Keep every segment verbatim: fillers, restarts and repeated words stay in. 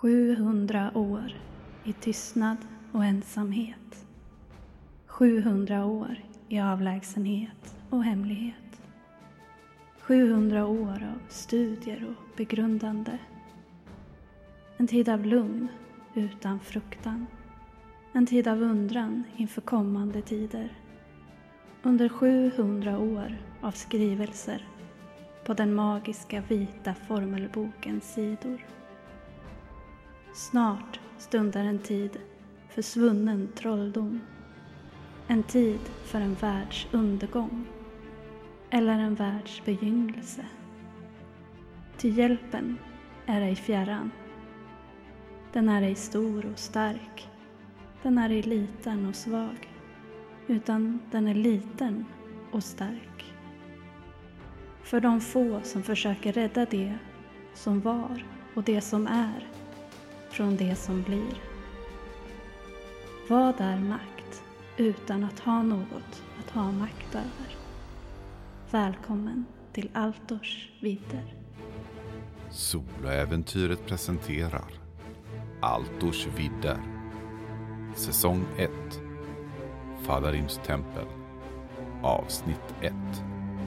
sjuhundra år i tystnad och ensamhet. sjuhundra år i avlägsenhet och hemlighet. sjuhundra år av studier och begrundande. En tid av lugn utan fruktan. En tid av undran inför kommande tider. Under sjuhundra år av skrivelser på den magiska vita formelbokens sidor. Snart stundar en tid för svunnen trolldom. En tid för en världs undergång. Eller en världs begynnelse. Till hjälpen är ej fjärran. Den är ej stor och stark. Den är ej liten och svag. Utan den är liten och stark. För de få som försöker rädda det som var och det som är från det som blir. Vad är makt utan att ha något att ha makt över? Välkommen till Altors vidder. Soloäventyret presenterar Altors vidder. Säsong ett. Fadarims tempel. Avsnitt ett.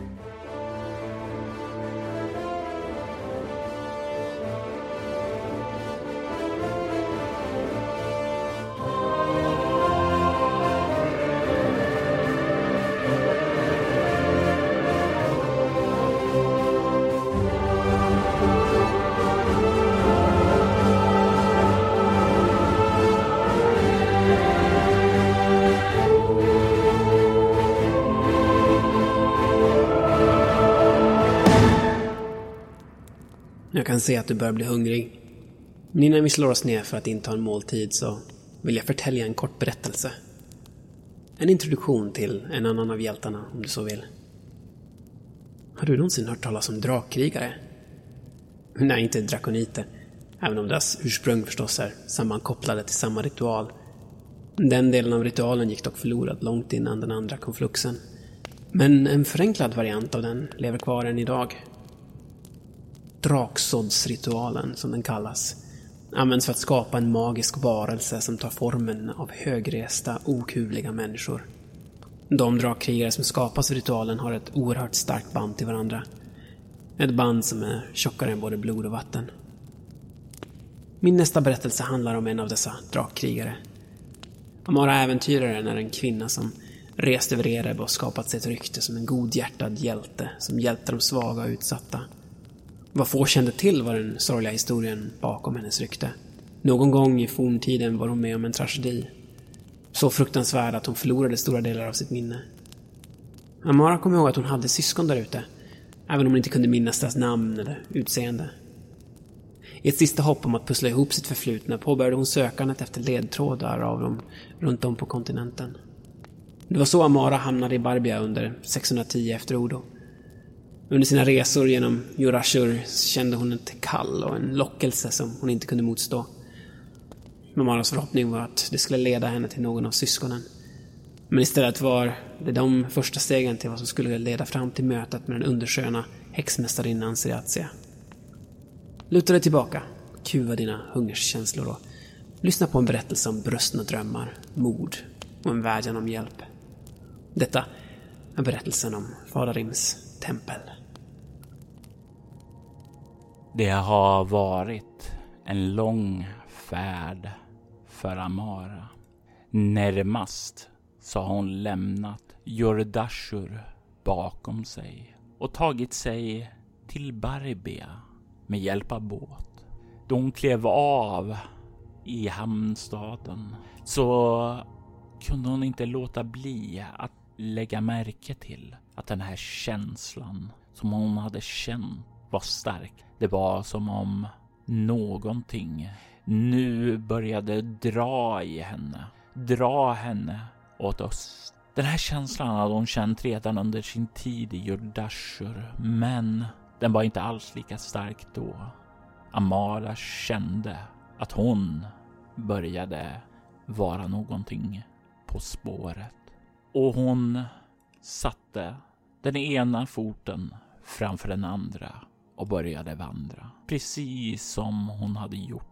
Jag kan se att du börjar bli hungrig. Men innan vi slår oss ner för att inta en måltid så vill jag förtälja en kort berättelse. En introduktion till en annan av hjältarna, om du så vill. Har du någonsin hört talas om drakkrigare? Nej, inte drakoniter. Även om deras ursprung förstås är sammankopplade till samma ritual. Den delen av ritualen gick dock förlorad långt innan den andra konfluxen. Men en förenklad variant av den lever kvar än idag. Draksåddsritualen, som den kallas, används för att skapa en magisk varelse som tar formen av högresta, okuvliga människor. De drakkrigare som skapas i ritualen har ett oerhört starkt band till varandra. Ett band som är tjockare än både blod och vatten. Min nästa berättelse handlar om en av dessa drakkrigare. Amara-äventyraren är en kvinna som rest över Ereb och skapat sig ett rykte som en godhjärtad hjälte som hjälpte de svaga och utsatta. Vad få kände till var den sorgliga historien bakom hennes rykte. Någon gång i forntiden var hon med om en tragedi. Så fruktansvärd att hon förlorade stora delar av sitt minne. Amara kom ihåg att hon hade syskon där ute, även om hon inte kunde minnas deras namn eller utseende. I ett sista hopp om att pussla ihop sitt förflutna påbörjade hon sökandet efter ledtrådar av dem runt om på kontinenten. Det var så Amara hamnade i Barbia under sexhundratio efter Odo. Under sina resor genom Jorashur kände hon ett kall och en lockelse som hon inte kunde motstå. Amaras förhoppning var att det skulle leda henne till någon av syskonen. Men istället var det de första stegen till vad som skulle leda fram till mötet med den undersköna häxmästarinnan Siriatia. Luta dig tillbaka, kuva dina hungerskänslor och lyssna på en berättelse om brustna drömmar, mord och en vädjan om hjälp. Detta är berättelsen om Fadarims tempel. Det har varit en lång färd för Amara. Närmast så har hon lämnat Jorashur bakom sig och tagit sig till Barbia med hjälp av båt. Då hon klev av i hamnstaden så kunde hon inte låta bli att lägga märke till att den här känslan som hon hade känt var stark. Det var som om någonting nu började dra i henne. Dra henne åt öst. Den här känslan hade hon känt redan under sin tid i Jorashur, men den var inte alls lika stark då. Amara kände att hon började vara någonting på spåret. Och hon satte den ena foten framför den andra och började vandra. Precis som hon hade gjort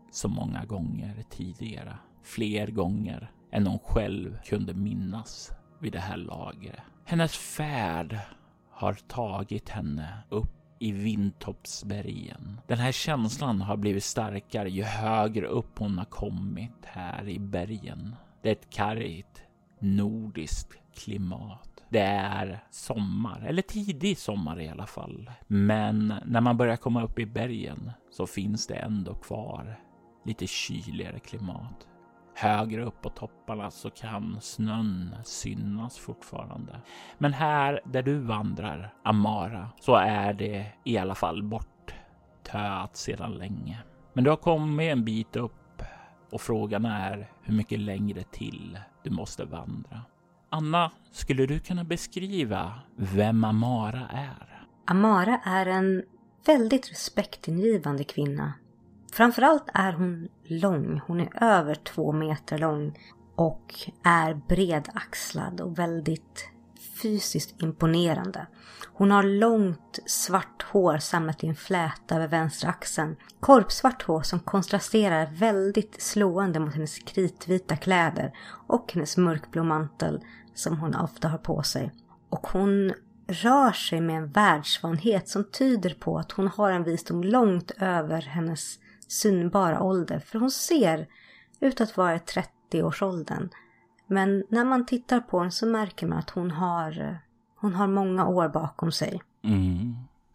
så många gånger tidigare. Fler gånger än hon själv kunde minnas vid det här lagret. Hennes färd har tagit henne upp i Vindtoppsbergen. Den här känslan har blivit starkare ju högre upp hon har kommit här i bergen. Det är ett kargt nordiskt klimat. Det är sommar, eller tidig sommar i alla fall. Men när man börjar komma upp i bergen så finns det ändå kvar lite kyligare klimat. Högre upp på topparna så kan snön synas fortfarande. Men här där du vandrar, Amara, så är det i alla fall borttöat sedan länge. Men du har kommit en bit upp och frågan är hur mycket längre till du måste vandra. Anna, skulle du kunna beskriva vem Amara är? Amara är en väldigt respektingivande kvinna. Framförallt är hon lång. Hon är över två meter lång och är bredaxlad och väldigt fysiskt imponerande. Hon har långt svart hår samlat i en fläta över vänstra axeln. Korpsvart hår som kontrasterar väldigt slående mot hennes kritvita kläder och hennes mörkblå mantel som hon ofta har på sig. Och hon rör sig med en världsvanhet som tyder på att hon har en visdom långt över hennes synbara ålder. För hon ser ut att vara i trettio-årsåldern. Men när man tittar på henne så märker man att hon har, hon har många år bakom sig. Mm.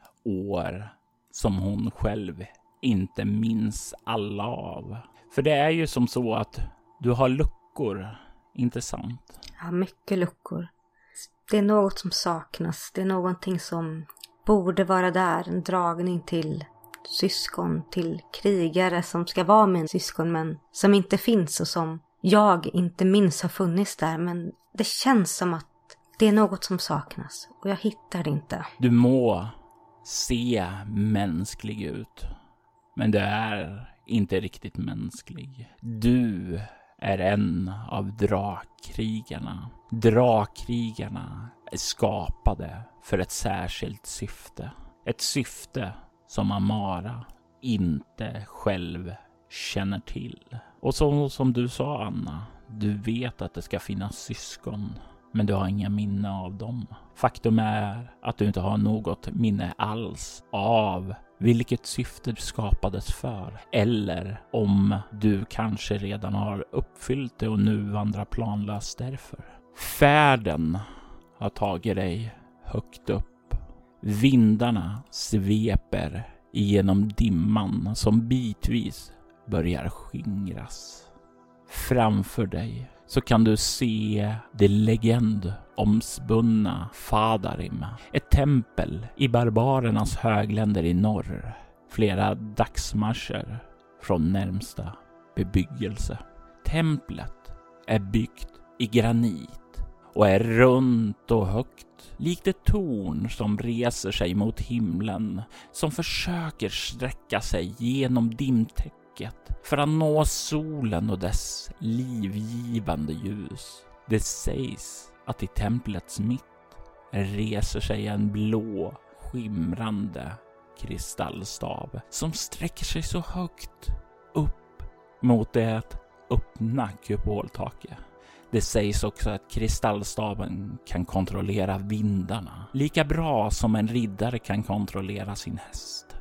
År som hon själv inte minns alla av. För det är ju som så att du har luckor, inte sant? Ja, mycket luckor. Det är något som saknas. Det är någonting som borde vara där. En dragning till syskon, till krigare som ska vara min syskon men som inte finns och som jag inte minns har funnits där. Men det känns som att det är något som saknas och jag hittar det inte. Du må se mänsklig ut, men du är inte riktigt mänsklig. Du är en av drakkrigarna. Drakkrigarna är skapade för ett särskilt syfte. Ett syfte som Amara inte själv känner till. Och så, som du sa, Anna, du vet att det ska finnas syskon, men du har inga minne av dem. Faktum är att du inte har något minne alls av vilket syfte du skapades för. Eller om du kanske redan har uppfyllt det och nu vandrar planlöst därför. Färden har tagit dig högt upp. Vindarna sveper genom dimman som bitvis börjar skingras. Framför dig så kan du se det legendomspunna Fadarim. Ett tempel i barbarernas högländer i norr. Flera dagsmarscher från närmsta bebyggelse. Templet är byggt i granit och är runt och högt. Likt ett torn som reser sig mot himlen. Som försöker sträcka sig genom dimtäcket för att nå solen och dess livgivande ljus. Det sägs att i templets mitt reser sig en blå, skimrande kristallstav som sträcker sig så högt upp mot det öppna kupoltaket. Det sägs också att kristallstaven kan kontrollera vindarna lika bra som en riddare kan kontrollera sin häst.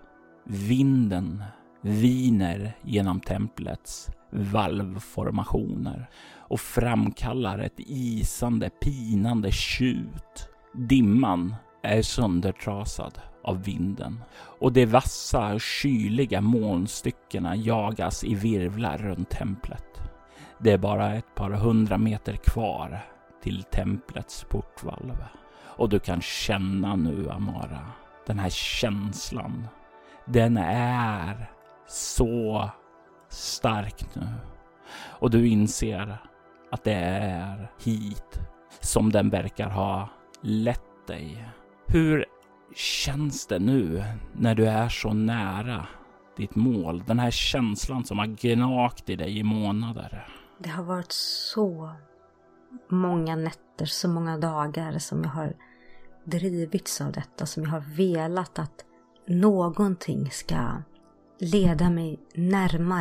Vinden viner genom templets valvformationer och framkallar ett isande, pinande tjut. Dimman är söndertrasad av vinden och de vassa och kyliga molnstyckena jagas i virvlar runt templet. Det är bara ett par hundra meter kvar till templets portvalv. Och du kan känna nu, Amara, den här känslan. Den är så stark nu. Och du inser att det är hit som den verkar ha lett dig. Hur känns det nu när du är så nära ditt mål? Den här känslan som har gnagt i dig i månader. Det har varit så många nätter, så många dagar som jag har drivits av detta. Som jag har velat att någonting ska leda mig närmare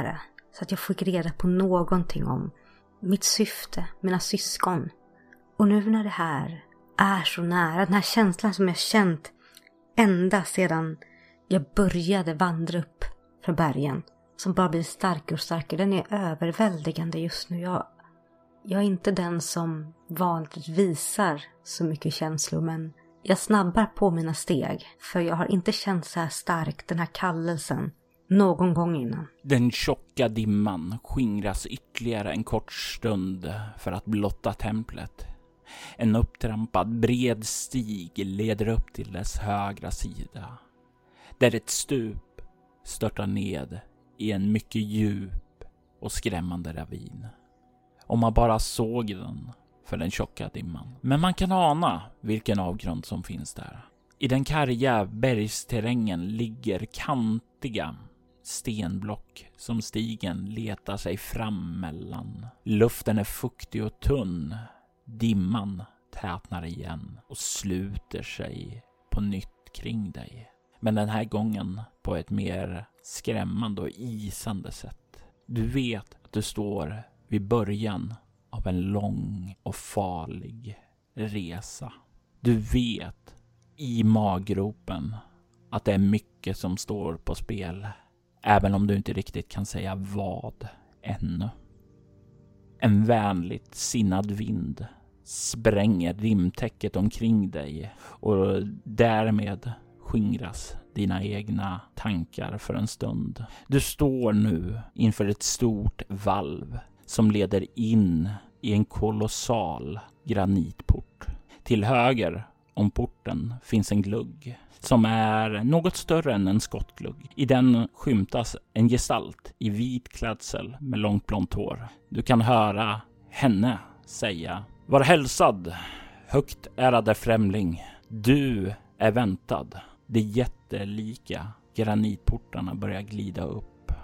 så att jag fick reda på någonting om mitt syfte, mina syskon. Och nu när det här är så nära, den här känslan som jag känt ända sedan jag började vandra upp för bergen, som bara blir starkare och starkare, den är överväldigande just nu. Jag, jag är inte den som vanligt visar så mycket känslor, men jag snabbar på mina steg, för jag har inte känt så här starkt den här kallelsen någon gång innan. Den tjocka dimman skingras ytterligare en kort stund för att blotta templet. En upptrampad bred stig leder upp till dess högra sida, där ett stup störtar ned i en mycket djup och skrämmande ravin. Om man bara såg den för den tjocka dimman. Men man kan ana vilken avgrund som finns där. I den karga bergsterrängen ligger kantiga stenblock som stigen letar sig fram mellan. Luften är fuktig och tunn. Dimman tätnar igen och sluter sig på nytt kring dig. Men den här gången på ett mer skrämmande och isande sätt. Du vet att du står vid början av en lång och farlig resa. Du vet i maggropen att det är mycket som står på spel, även om du inte riktigt kan säga vad ännu. En vänligt sinnad vind spränger dimtäcket omkring dig och därmed skingras dina egna tankar för en stund. Du står nu inför ett stort valv som leder in i en kolossal granitport. Till höger om porten finns en glugg som är något större än en skottglugg. I den skymtas en gestalt i vit klädsel med långt blont hår. Du kan höra henne säga: "Var hälsad, högt ärade främling. Du är väntad." De jättelika granitportarna börjar glida upp.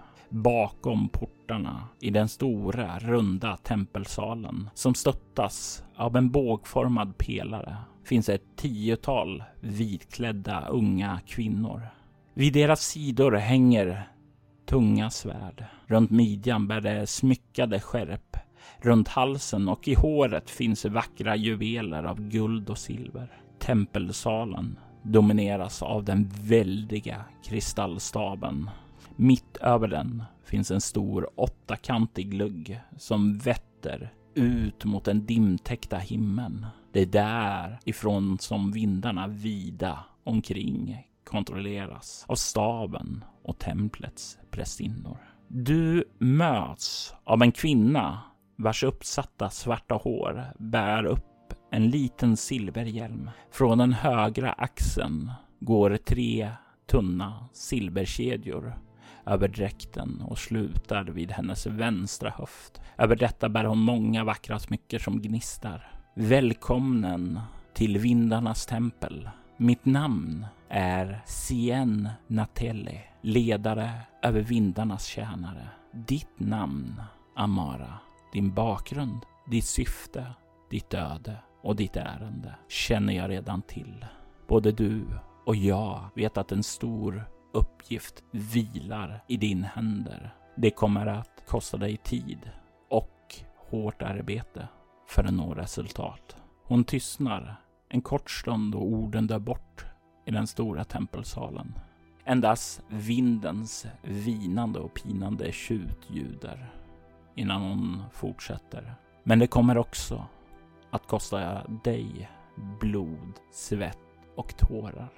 Bakom portarna i den stora runda tempelsalen som stöttas av en bågformad pelare finns ett tiotal vitklädda unga kvinnor. Vid deras sidor hänger tunga svärd. Runt midjan bär det smyckade skärp. Runt halsen och i håret finns vackra juveler av guld och silver. Tempelsalen domineras av den väldiga kristallstaben. Mitt över den finns en stor åttakantig glugg som vetter ut mot den dimtäckta himmeln. Det är där ifrån som vindarna vida omkring kontrolleras av staben och templets prästinnor. Du möts av en kvinna vars uppsatta svarta hår bär upp en liten silverhjälm. Från den högra axeln går tre tunna silverkedjor över dräkten och slutar vid hennes vänstra höft. Över detta bär hon många vackra smycken som gnistar. Välkommen till vindarnas tempel. Mitt namn är Sien Natelle, ledare över vindarnas tjänare. Ditt namn, Amara, din bakgrund, ditt syfte, ditt öde och ditt ärende känner jag redan till. Både du och jag vet att en stor uppgift vilar i din händer. Det kommer att kosta dig tid och hårt arbete för att nå resultat. Hon tystnar en kort stund och orden dör bort i den stora tempelsalen. Endast vindens vinande och pinande tjutljuder innan hon fortsätter. Men det kommer också att kosta dig blod, svett och tårar.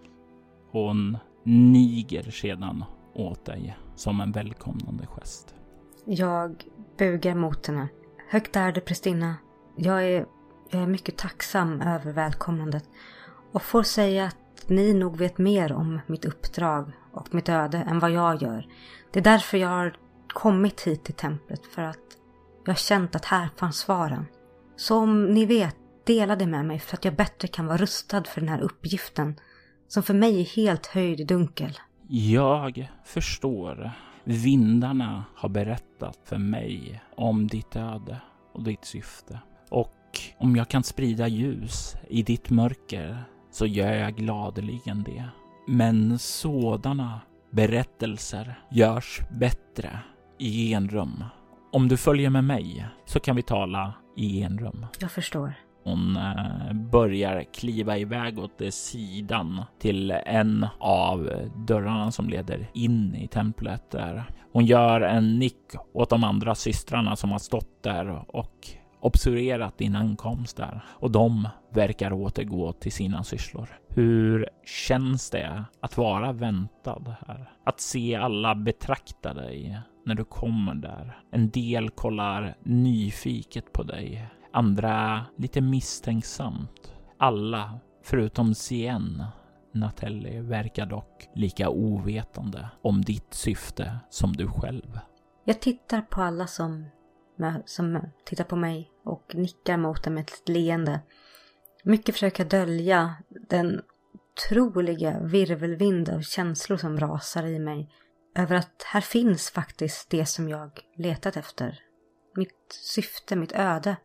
Hon niger sedan åt dig som en välkomnande gest. Jag bugar mot henne. Högt ärade prästinna, jag är, jag är mycket tacksam över välkomnandet och får säga att ni nog vet mer om mitt uppdrag och mitt öde än vad jag gör. Det är därför jag har kommit hit till templet, för att jag har känt att här fanns svaren. Så om ni vet, dela det med mig för att jag bättre kan vara rustad för den här uppgiften som för mig är helt höjd i dunkel. Jag förstår. Vindarna har berättat för mig om ditt öde och ditt syfte. Och om jag kan sprida ljus i ditt mörker så gör jag gladeligen det. Men sådana berättelser görs bättre i enrum. Om du följer med mig så kan vi tala i enrum. Jag förstår. Hon eh, börjar kliva iväg åt sidan till en av dörrarna som leder in i templet där. Hon gör en nick åt de andra systrarna som har stått där och observerat din ankomst där. Och de verkar återgå till sina sysslor. Hur känns det att vara väntad här? Att se alla betrakta dig när du kommer där. En del kollar nyfiket på dig. Andra lite misstänksamt. Alla, förutom Sien, Natelli, verkar dock lika ovetande om ditt syfte som du själv. Jag tittar på alla som, som tittar på mig och nickar mot dem med ett leende. Mycket försöker dölja den otroliga virvelvind av känslor som rasar i mig. Över att här finns faktiskt det som jag letat efter. Mitt syfte, mitt öde.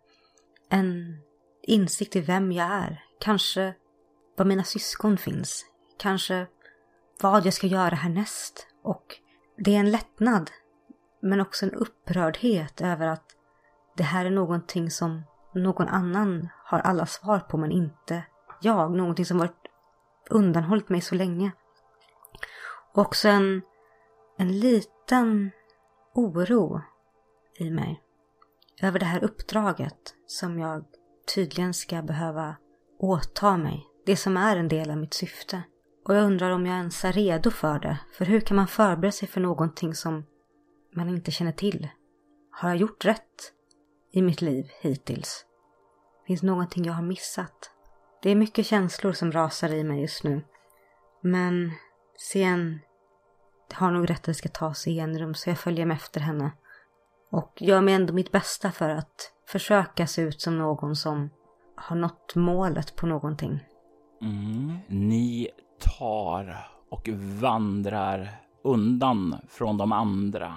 En insikt i vem jag är. Kanske var mina syskon finns. Kanske vad jag ska göra härnäst. Och det är en lättnad. Men också en upprördhet över att det här är någonting som någon annan har alla svar på men inte jag. Någonting som varit undanhållit mig så länge. Och också en, en liten oro i mig. Över det här uppdraget som jag tydligen ska behöva åta mig. Det som är en del av mitt syfte. Och jag undrar om jag ens är redo för det. För hur kan man förbereda sig för någonting som man inte känner till? Har jag gjort rätt i mitt liv hittills? Finns någonting jag har missat? Det är mycket känslor som rasar i mig just nu. Men sen har nog rätt att det ska tas i en rum så jag följer med efter henne. Och gör mig ändå mitt bästa för att försöka se ut som någon som har nått målet på någonting. Mm. Ni tar och vandrar undan från de andra.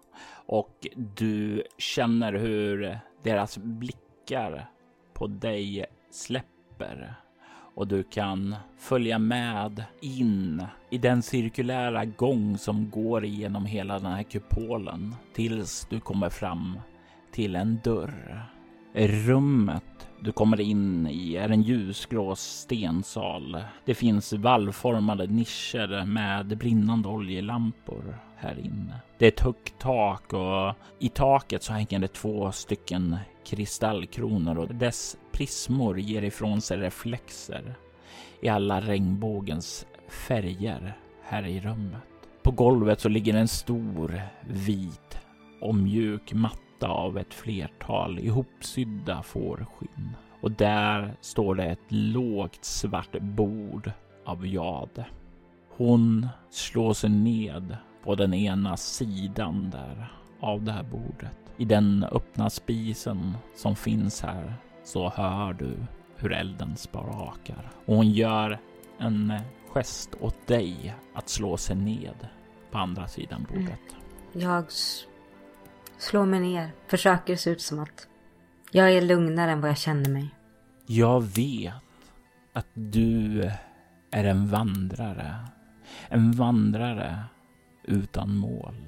Och du känner hur deras blickar på dig släpper. Och du kan följa med in i den cirkulära gång som går igenom hela den här kupolen. Tills du kommer fram till en dörr. Rummet du kommer in i är en ljusgrå stensal. Det finns vallformade nischer med brinnande oljelampor här inne. Det är ett högt tak och i taket så hänger det två stycken kristallkronor och dess prismor ger ifrån sig reflexer i alla regnbågens färger här i rummet. På golvet så ligger en stor, vit och mjuk matta av ett flertal ihopsydda fårskinn. Och där står det ett lågt svart bord av jade. Hon slår sig ned på den ena sidan där av det här bordet. I den öppna spisen som finns här så hör du hur elden sprakar. Och hon gör en gest åt dig att slå sig ned på andra sidan bordet. Mm. Jag s- slår mig ner. Försöker se ut som att jag är lugnare än vad jag känner mig. Jag vet att du är en vandrare. En vandrare utan mål.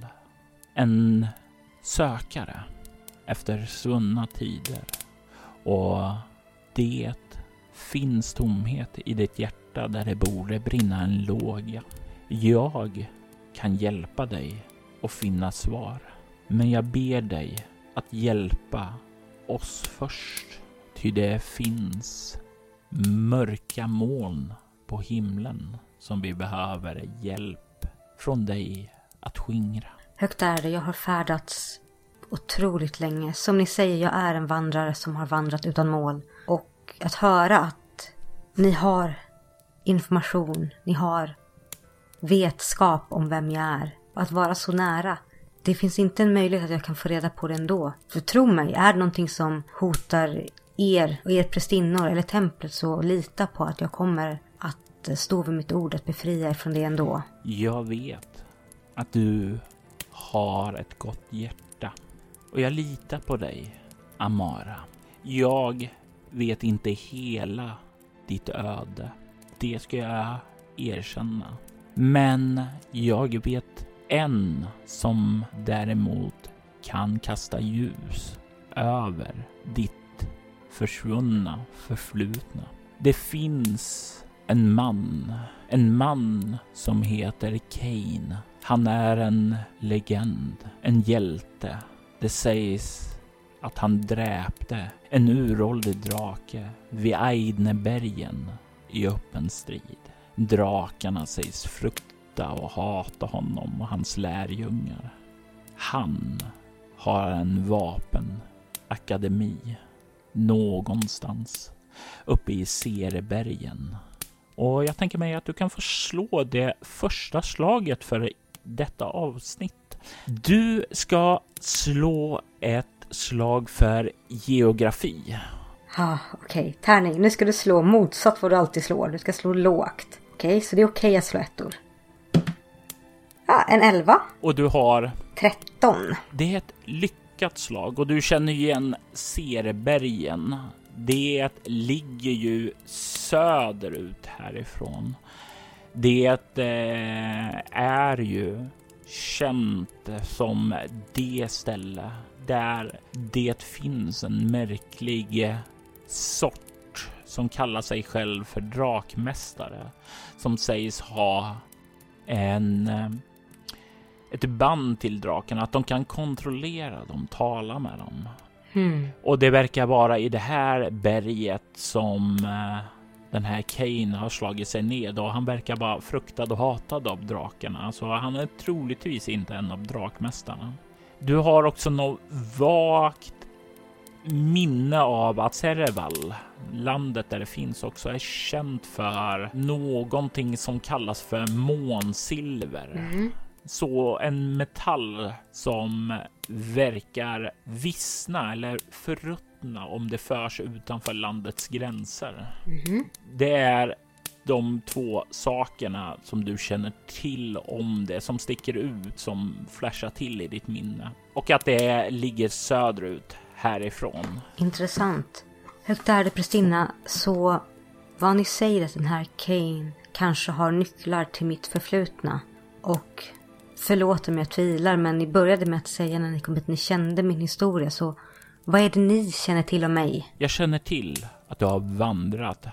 En sökare efter svunna tider. Och det finns tomhet i ditt hjärta där det borde brinna en låga. Jag kan hjälpa dig att finna svar. Men jag ber dig att hjälpa oss först. Ty det finns mörka moln på himlen som vi behöver hjälp från dig att skingra. Högt är det, jag har färdats otroligt länge. Som ni säger, jag är en vandrare som har vandrat utan mål. Och att höra att ni har information, ni har vetskap om vem jag är. Och att vara så nära. Det finns inte en möjlighet att jag kan få reda på det ändå. För tro mig, är det någonting som hotar er och er prästinnor eller templet så lita på att jag kommer att stå vid mitt ord att befria er från det ändå. Jag vet att du har ett gott hjärta. Och jag litar på dig, Amara. Jag vet inte hela ditt öde. Det ska jag erkänna. Men jag vet en som däremot kan kasta ljus över ditt försvunna förflutna. Det finns en man, en man som heter Kane. Han är en legend, en hjälte. Det sägs att han dräpte en uråldrig drake vid Eidnebergen i öppen strid. Drakarna sägs frukta och hata honom och hans lärjungar. Han har en vapenakademi någonstans uppe i Serebergen. Och jag tänker mig att du kan få slå det första slaget för detta avsnitt. Du ska slå ett slag för geografi. Ja, okej. Okay. Tärning, nu ska du slå motsatt vad du alltid slår. Du ska slå lågt. Okej, okay, så det är okej okay att slå ettor. Ja, en elva. Och du har? tretton. Det är ett lyckat slag och du känner igen Serebergen. Det ligger ju söderut härifrån. Det eh, är ju känt som det ställe där det finns en märklig sort som kallar sig själv för drakmästare, som sägs ha en ett band till drakarna, att de kan kontrollera dem, tala med dem. Hmm. Och det verkar vara i det här berget som eh, den här Kane har slagit sig ned, och han verkar vara fruktad och hatad av drakarna. Så han är troligtvis inte en av drakmästarna. Du har också något vagt minne av att Sereval, landet där det finns också, är känt för någonting som kallas för månsilver. Mm. Så en metall som verkar vissna eller förruttna om det förs utanför landets gränser. Mm. Det är de två sakerna som du känner till om det, som sticker ut, som flashar till i ditt minne. Och att det ligger söderut härifrån. Intressant. Högt ärade Pristina, så vad ni säger att den här Kane kanske har nycklar till mitt förflutna. Och förlåt om jag tvivlar, men ni började med att säga när ni kom hit att ni kände min historia. Så vad är det ni känner till om mig? Jag känner till att du har vandrat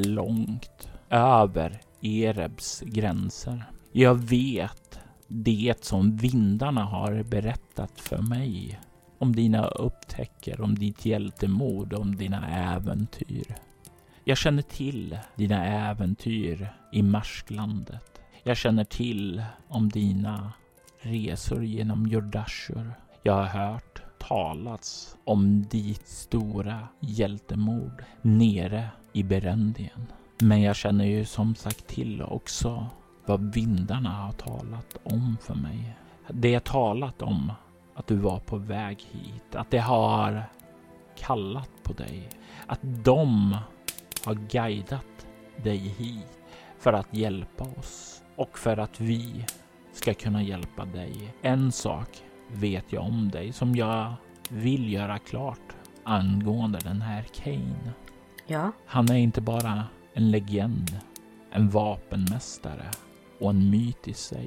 långt över Erebs gränser. Jag vet det som vindarna har berättat för mig. Om dina upptäcker, om ditt hjältemod, om dina äventyr. Jag känner till dina äventyr i Marsklandet. Jag känner till om dina resor genom Jordashur. Jag har hört talats om ditt stora hjältemod nere i Berendien. Men jag känner ju som sagt till också vad vindarna har talat om för mig. Det är talat om att du var på väg hit. Att det har kallat på dig. Att de har guidat dig hit för att hjälpa oss. Och för att vi ska kunna hjälpa dig. En sak vet jag om dig som jag vill göra klart angående den här Kane. Ja. Han är inte bara en legend, en vapenmästare och en myt i sig.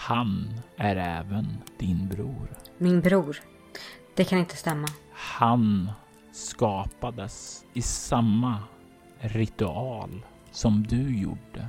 Han är även din bror. Min bror? Det kan inte stämma. Han skapades i samma ritual som du gjorde.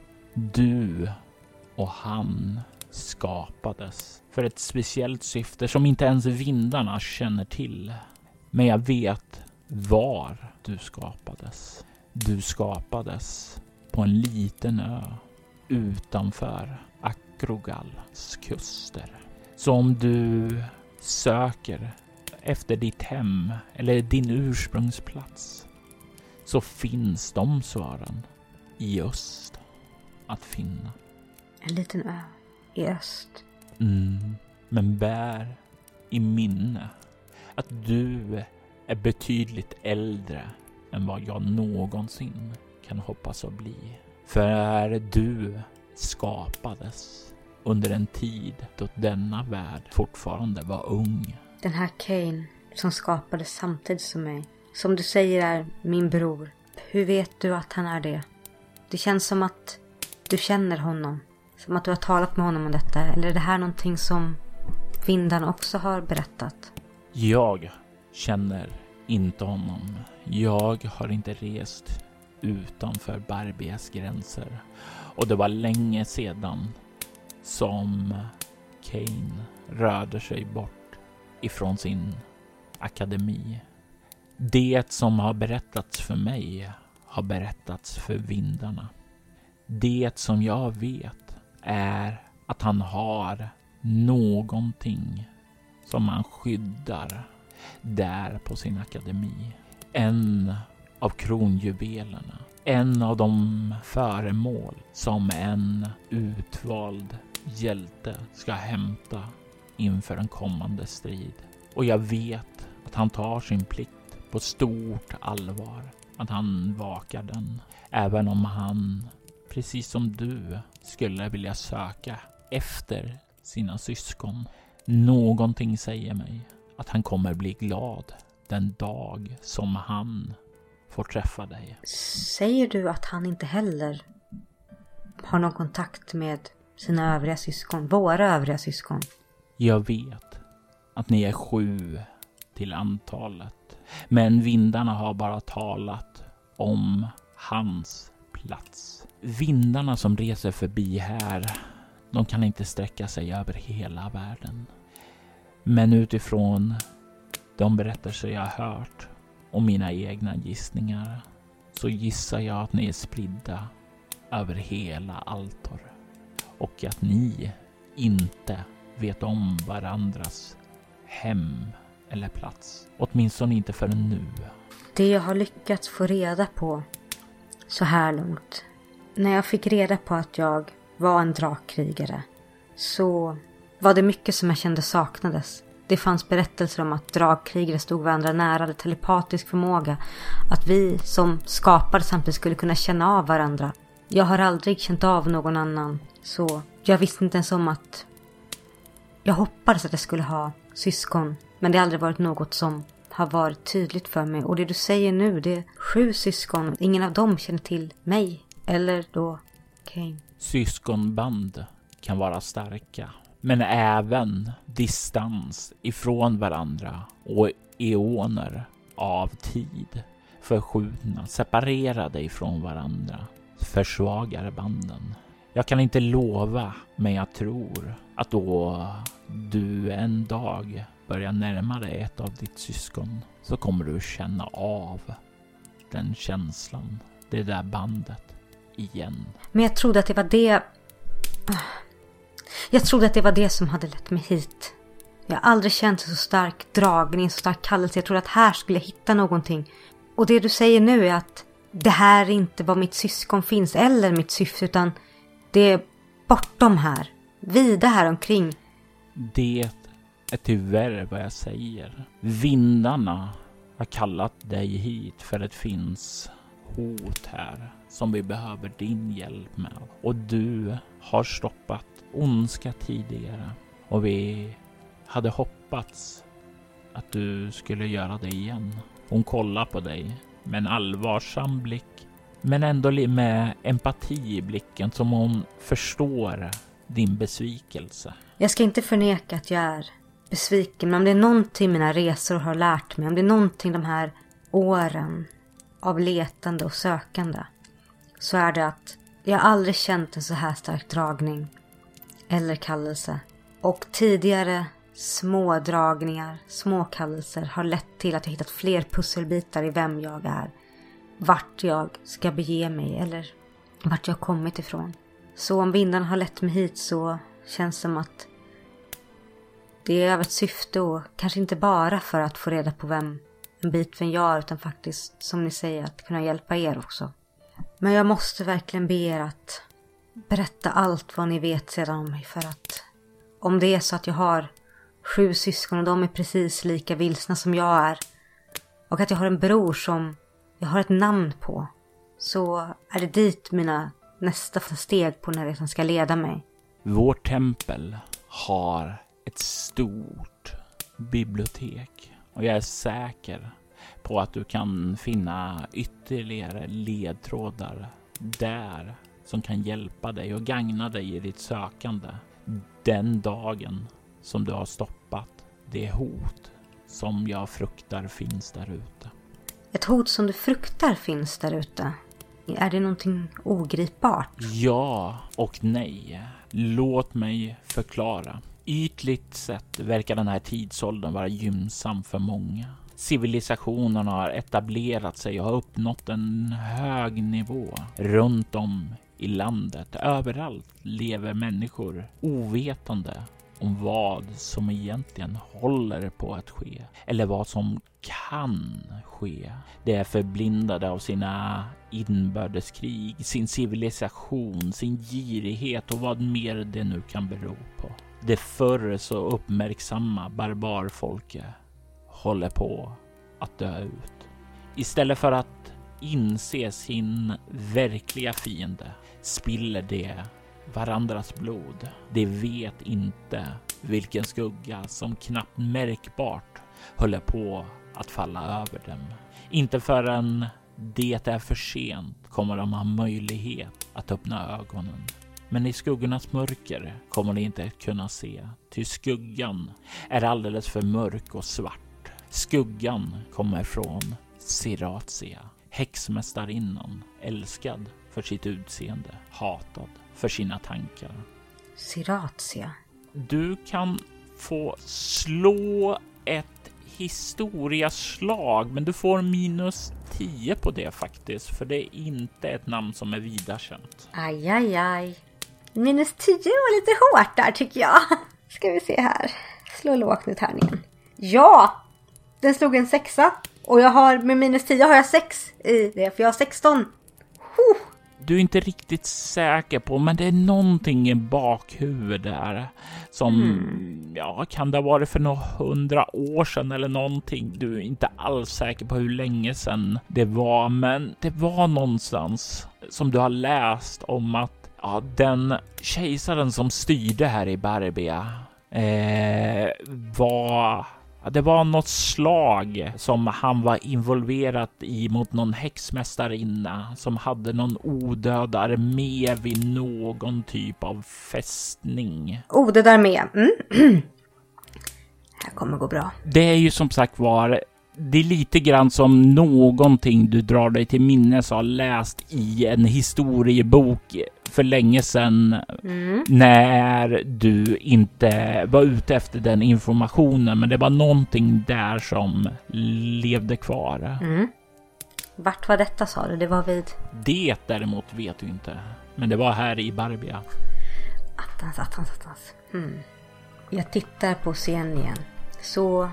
Du och han skapades för ett speciellt syfte som inte ens vindarna känner till. Men jag vet var du skapades. Du skapades på en liten ö utanför Akrogals kuster. Så om du söker efter ditt hem eller din ursprungsplats, så finns de svaren i öst att finna. En liten ö i öst. Mm, men bär i minne att du är betydligt äldre än vad jag någonsin kan hoppas att bli. För du skapades under en tid då denna värld fortfarande var ung. Den här Kane som skapades samtidigt som mig, som du säger är min bror. Hur vet du att han är det? Det känns som att du känner honom Som att du har talat med honom om detta. Eller är det här någonting som vindarna också har berättat? Jag känner inte honom. Jag har inte rest utanför Barbias gränser. Och det var länge sedan som Kane rörde sig bort ifrån sin akademi. Det som har berättats för mig har berättats för vindarna. Det som jag vet är att han har någonting som han skyddar där på sin akademi. En av kronjuvelerna. En av de föremål som en utvald hjälte ska hämta inför en kommande strid. Och jag vet att han tar sin plikt på stort allvar. Att han vakar den. Även om han, precis som du, skulle vilja söka efter sina syskon. Någonting säger mig att han kommer bli glad den dag som han får träffa dig. Säger du att han inte heller har någon kontakt med sina övriga syskon? Våra övriga syskon? Jag vet att ni är sju till antalet. Men vindarna har bara talat om hans plats. Vindarna som reser förbi här, de kan inte sträcka sig över hela världen. Men utifrån de berättelser jag har hört och mina egna gissningar så gissar jag att ni är spridda över hela Altor. Och att ni inte vet om varandras hem eller plats. Åtminstone inte förrän nu. Det jag har lyckats få reda på så här långt. När jag fick reda på att jag var en drakkrigare så var det mycket som jag kände saknades. Det fanns berättelser om att dragkrigare stod varandra nära, hade telepatisk förmåga. Att vi som skapade samtidigt skulle kunna känna av varandra. Jag har aldrig känt av någon annan. Så jag visste inte ens om att... Jag hoppades att jag skulle ha syskon. Men det har aldrig varit något som har varit tydligt för mig. Och det du säger nu, det är sju syskon. Ingen av dem känner till mig. Eller då Kane. Syskonband kan vara starka. Men även distans ifrån varandra och eoner av tid förskjutna, separerade ifrån varandra, försvagar banden. Jag kan inte lova, men jag tror att då du en dag börjar närma dig ett av ditt syskon så kommer du känna av den känslan, det där bandet igen. Men jag trodde att det var det... Jag trodde att det var det som hade lett mig hit. Jag har aldrig känt så stark dragning, så stark kallelse. Jag trodde att här skulle jag hitta någonting. Och det du säger nu är att det här inte var mitt syskon finns eller mitt syfte, utan det är bortom här. Vida här omkring. Det är tyvärr vad jag säger. Vindarna har kallat dig hit för det finns hot här som vi behöver din hjälp med. Och du har stoppat ondska tidigare. Och vi hade hoppats att du skulle göra det igen. Hon kollar på dig med en allvarsam blick. Men ändå med empati i blicken, som hon förstår din besvikelse. Jag ska inte förneka att jag är besviken. Men om det är någonting mina resor har lärt mig, om det är någonting de här åren av letande och sökande, så är det att jag aldrig känt en så här stark dragning eller kallelse. Och tidigare små dragningar, små kallelser har lett till att jag hittat fler pusselbitar i vem jag är, vart jag ska bege mig eller vart jag kommit ifrån. Så om vindarna har lett mig hit så känns det som att det är av ett syfte, och kanske inte bara för att få reda på vem en bit vem jag är, utan faktiskt, som ni säger, att kunna hjälpa er också. Men jag måste verkligen be er att berätta allt vad ni vet sedan om mig, för att om det är så att jag har sju syskon och de är precis lika vilsna som jag är, och att jag har en bror som jag har ett namn på, så är det dit mina nästa steg på den här resan ska leda mig. Vårt tempel har ett stort bibliotek och jag är säker på att du kan finna ytterligare ledtrådar där som kan hjälpa dig och gagna dig i ditt sökande. Den dagen som du har stoppat det hot som jag fruktar finns där ute. Ett hot som du fruktar finns där ute? Är det någonting ogripbart? Ja och nej. Låt mig förklara. Ytligt sett verkar den här tidsåldern vara gynnsam för många. Civilisationen har etablerat sig och har uppnått en hög nivå runt om i landet. Överallt lever människor ovetande om vad som egentligen håller på att ske eller vad som kan ske. De är förblindade av sina inbördeskrig, sin civilisation, sin girighet och vad mer det nu kan bero på. Det förr så uppmärksamma barbarfolket håller på att dö ut. Istället för att inse sin verkliga fiende spiller de varandras blod. De vet inte vilken skugga som knappt märkbart håller på att falla över dem. Inte förrän det är för sent kommer de ha möjlighet att öppna ögonen. Men i skuggornas mörker kommer de inte att kunna se, ty skuggan är alldeles för mörk och svart. Skuggan kommer från Siratia, häxmästarinnan, älskad för sitt utseende, hatad för sina tankar. Siratia. Du kan få slå ett historiaslag, men du får minus tio på det faktiskt, för det är inte ett namn som är vida känt. Aj, aj, aj. Minus tio var lite hårt där tycker jag. Ska vi se här. Slå lågt nu tärningen. Ja! Den slog en sexa. Och jag har med minus tio har jag sex i det, för jag har sexton. Huh. Du är inte riktigt säker på, men det är någonting i bakhuvudet där som, mm. ja, kan det ha varit för några hundra år sedan eller någonting. Du är inte alls säker på hur länge sedan det var, men det var någonstans som du har läst om att ja, den kejsaren som styrde här i Barbia eh, var... Det var något slag som han var involverad i mot någon häxmästarinna som hade någon odöd armé vid någon typ av fästning. Odöd armé. Mm. Här kommer gå bra. Det är ju som sagt var, det är lite grann som någonting du drar dig till minnes och har läst i en historiebok för länge sedan, mm. när du inte var ute efter den informationen, men det var någonting där som levde kvar. Mm. Vart var detta, sa du? Det var vid... Det däremot vet du inte, men det var här i Barbia. Attans, attans, attans. Mm. Jag tittar på scenen igen. Så...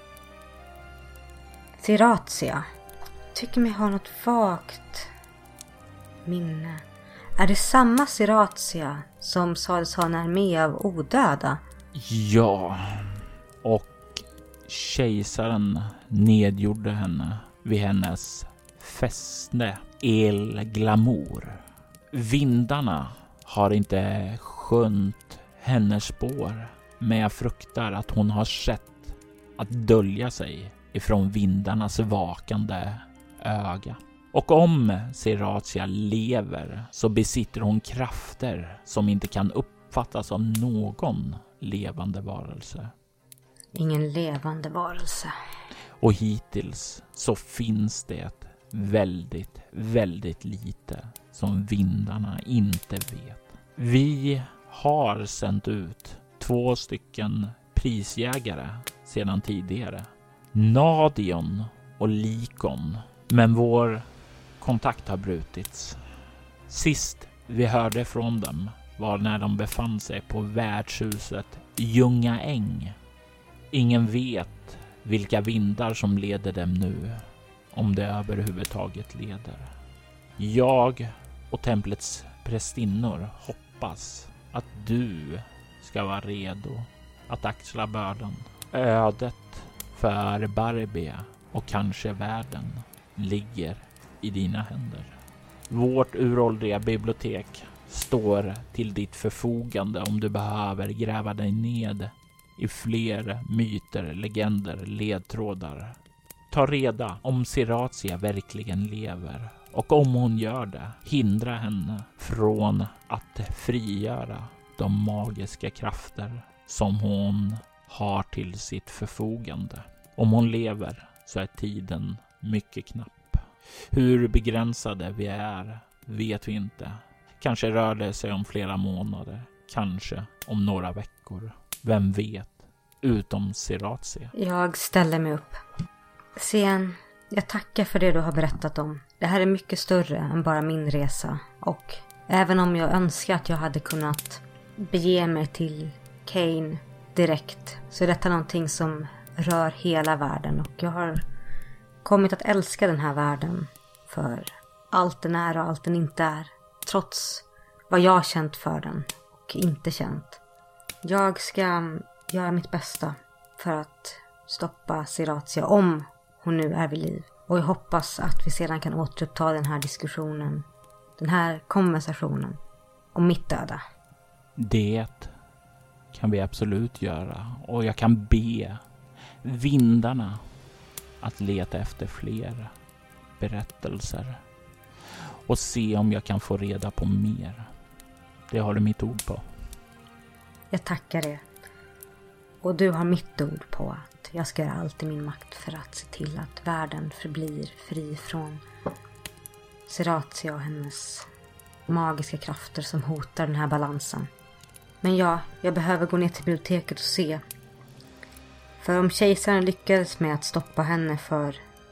Siratia. Tycker mig ha något vagt minne. Är det samma Siratia som sades ha en armé av odöda? Ja, och kejsaren nedgjorde henne vid hennes fäste El Glamour. Vindarna har inte skönt hennes spår, men jag fruktar att hon har sett att dölja sig ifrån vindarnas vakande öga. Och om Siratia lever så besitter hon krafter som inte kan uppfattas av någon levande varelse. Ingen levande varelse. Och hittills så finns det väldigt, väldigt lite som vindarna inte vet. Vi har sänt ut två stycken prisjägare sedan tidigare. Nadion och Likon. Men vår kontakt har brutits. Sist vi hörde från dem var när de befann sig på värdshuset Ljunga Äng. Ingen vet vilka vindar som leder dem nu, om det överhuvudtaget leder. Jag och templets prästinnor hoppas att du ska vara redo att axla bördan. Ödet för Barbia och kanske världen ligger i dina händer. Vårt uråldriga bibliotek står till ditt förfogande om du behöver gräva dig ned i fler myter, legender, ledtrådar. Ta reda om Siratia verkligen lever Och om hon gör det, hindra henne från att frigöra de magiska krafter som hon har till sitt förfogande. Om hon lever så är tiden mycket knapp. Hur begränsade vi är vet vi inte. Kanske rör det sig om flera månader. Kanske om några veckor. Vem vet? Utom Siratia. Jag ställer mig upp. Sen, jag tackar för det du har berättat om. Det här är mycket större än bara min resa. Och även om jag önskar att jag hade kunnat bege mig till Kane direkt, så är detta någonting som rör hela världen. Och jag har kommit att älska den här världen för allt den är och allt den inte är. Trots vad jag har känt för den och inte känt. Jag ska göra mitt bästa för att stoppa Siratia om hon nu är vid liv. Och jag hoppas att vi sedan kan återuppta den här diskussionen, den här konversationen om mitt döda. Det kan vi absolut göra. Och jag kan be vindarna att leta efter fler berättelser. Och se om jag kan få reda på mer. Det har du mitt ord på. Jag tackar er. Och du har mitt ord på att jag ska göra allt i min makt för att se till att världen förblir fri från Siratia och hennes magiska krafter som hotar den här balansen. Men ja, jag behöver gå ner till biblioteket och se. För om kejsaren lyckades med att stoppa henne för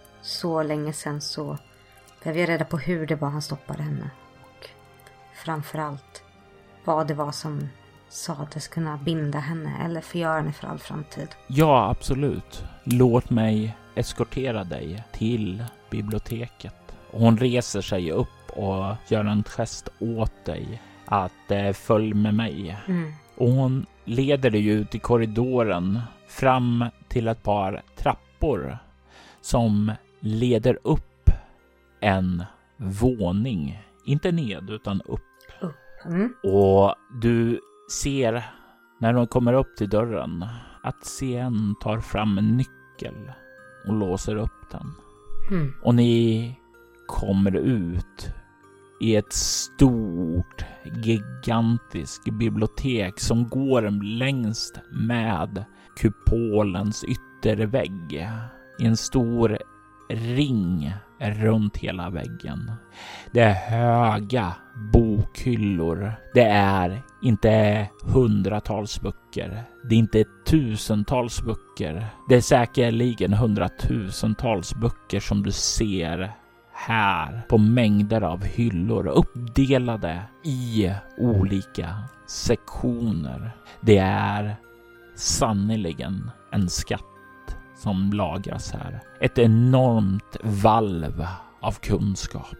så länge sedan, så behöver jag reda på hur det var han stoppade henne. Och framförallt vad det var som sades kunna binda henne eller förgöra henne för all framtid. Ja, absolut. Låt mig eskortera dig till biblioteket. Hon reser sig upp och gör en gest åt dig att eh, följ med mig. Mm. Och hon leder dig ut i korridoren fram till ett par trappor som leder upp en våning. Inte ned utan upp. Upp. Mm. Och du ser när de kommer upp till dörren att Sien tar fram en nyckel och låser upp den. Mm. Och ni kommer ut i ett stort, gigantiskt bibliotek som går längst med kupolens yttervägg i en stor ring runt hela väggen. Det är höga bokhyllor. Det är inte hundratals böcker. Det är inte tusentals böcker. Det är säkerligen hundratusentals böcker som du ser här på mängder av hyllor uppdelade i olika sektioner. Det är sannoliken en skatt som lagras här. Ett enormt valv av kunskap.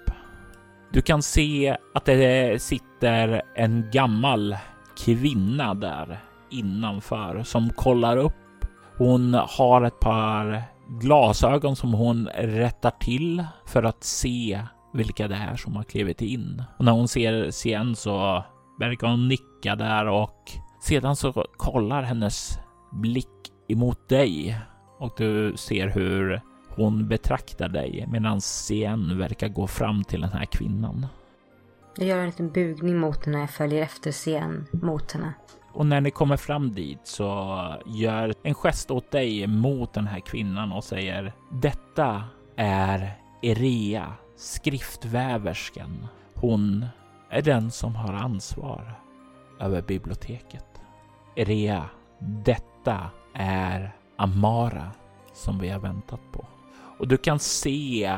Du kan se att det sitter en gammal kvinna där innanför som kollar upp. Hon har ett par glasögon som hon rättar till för att se vilka det är som har klivit in. Och när hon ser Sien så verkar hon nicka där, och sedan så kollar hennes blick emot dig. Och du ser hur hon betraktar dig medan Sien verkar gå fram till den här kvinnan. Jag gör en liten bugning mot henne och jag följer efter Sien mot henne. Och när ni kommer fram dit så gör en gest åt dig mot den här kvinnan och säger: detta är Erea, skriftväverskan. Hon är den som har ansvar över biblioteket. Erea, detta är Amara som vi har väntat på. Och du kan se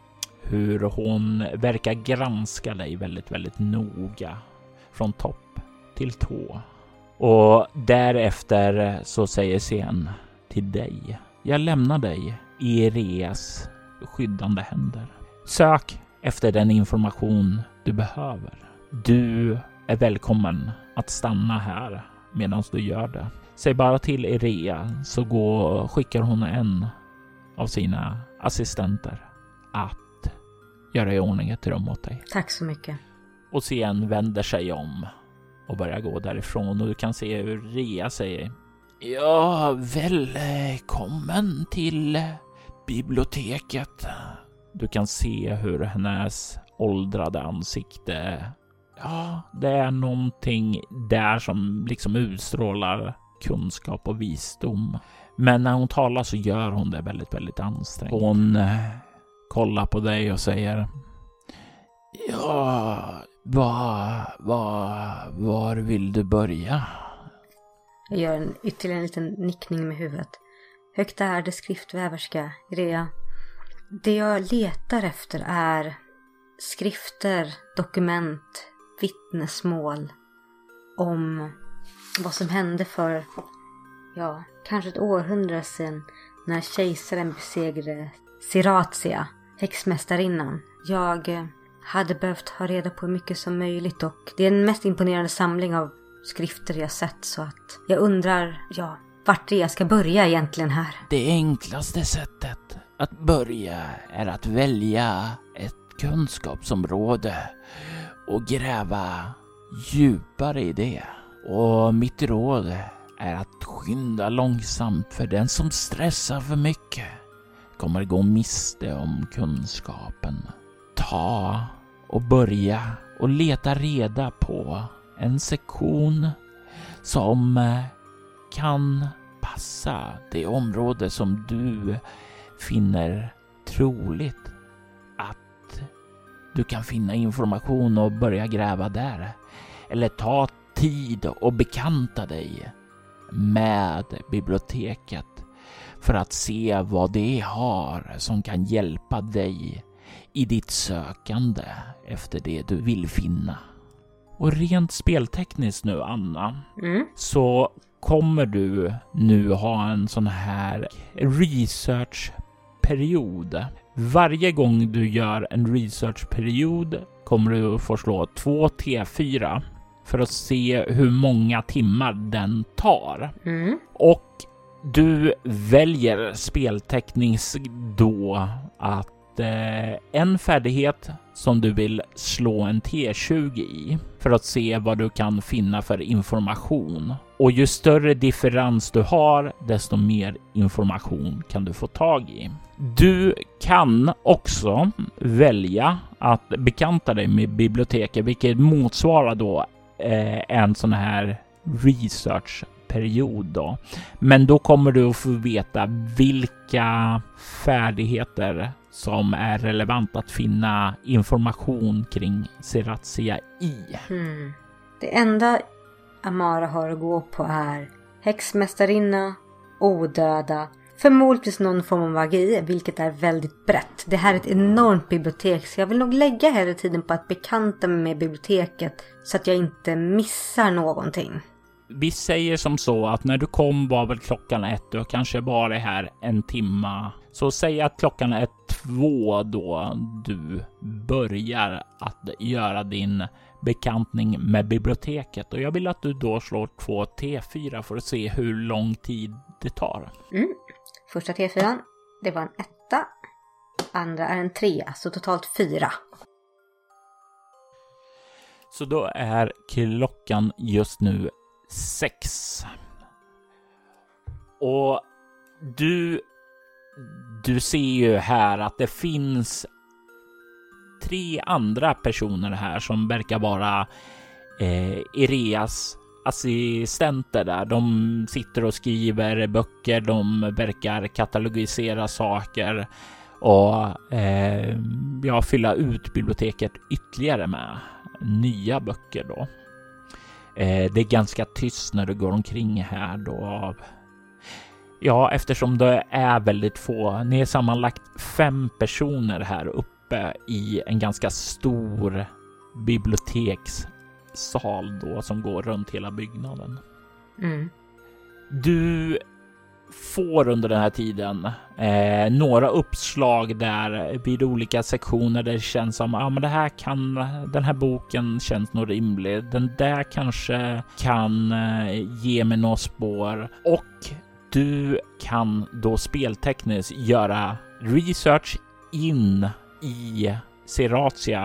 hur hon verkar granska dig väldigt, väldigt noga från topp till tå. Och därefter så säger Sien till dig: jag lämnar dig i Ereas skyddande händer. Sök efter den information du behöver. Du är välkommen att stanna här medan du gör det. Säg bara till Erea så går, skickar hon en av sina assistenter att göra i ordning ett rum åt dig. Tack så mycket. Och Sien vänder sig om och börjar gå därifrån, och du kan se hur Rea säger: ja, välkommen till biblioteket. Du kan se hur hennes åldrade ansikte, ja, det är någonting där som liksom utstrålar kunskap och visdom. Men när hon talar så gör hon det väldigt, väldigt ansträngt. Hon eh, kollar på dig och säger: ja, var, var, var vill du börja? Jag gör en ytterligare en liten nickning med huvudet. Högt ärde skriftväverska, Irea. Det jag letar efter är skrifter, dokument, vittnesmål om vad som hände för, ja, kanske ett århundrade sedan när kejsaren besegrade Siratia, häxmästarinnan. Jag hade behövt ha reda på hur mycket som möjligt och det är den mest imponerande samling av skrifter jag sett, så att jag undrar, ja, vart jag ska börja egentligen här. Det enklaste sättet att börja är att välja ett kunskapsområde och gräva djupare i det. Och mitt råd är att skynda långsamt, för den som stressar för mycket kommer gå miste om kunskapen. Ta och börja och leta reda på en sektion som kan passa det område som du finner troligt att du kan finna information och börja gräva där. Eller ta tid och bekanta dig med biblioteket för att se vad det har som kan hjälpa dig i ditt sökande efter det du vill finna. Och rent speltekniskt nu, Anna, mm. så kommer du nu ha en sån här researchperiod. Varje gång du gör en researchperiod kommer du att få slå två T fyra för att se hur många timmar den tar. Mm. Och du väljer speltekniskt då att eh, en färdighet som du vill slå en T tjugo i för att se vad du kan finna för information. Och ju större differens du har, desto mer information kan du få tag i. Du kan också välja att bekanta dig med biblioteket, vilket motsvarar då eh, en sån här researchperiod då. Men då kommer du att få veta vilka färdigheter som är relevant att finna information kring Siratia i. Hmm. Det enda Amara har att gå på är häxmästarinna, odöda, förmodligen någon form av magi, vilket är väldigt brett. Det här är ett enormt bibliotek, så jag vill nog lägga hela tiden på att bekanta mig med biblioteket så att jag inte missar någonting. Vi säger som så att när du kom var väl klockan ett och kanske bara här en timma. Så säg att klockan är två då du börjar att göra din bekantning med biblioteket. Och jag vill att du då slår två T fyra för att se hur lång tid det tar. Mm. Första T fyra, det var en etta. Andra är en trea, så totalt fyra. Så då är klockan just nu sex. Och du du ser ju här att det finns tre andra personer här som verkar vara eh, Ireas assistenter där. De sitter och skriver böcker, de verkar katalogisera saker och eh, ja, fylla ut biblioteket ytterligare med nya böcker då. Eh, det är ganska tyst när du går omkring här då. Ja, eftersom det är väldigt få. Ni är sammanlagt fem personer här uppe i en ganska stor bibliotekssal då som går runt hela byggnaden. Mm. Du får under den här tiden eh, några uppslag där vid olika sektioner där det känns som ja, men det här kan, den här boken känns nog rimlig. Den där kanske kan eh, ge mig några spår. Och du kan då speltekniskt göra research in i Siratia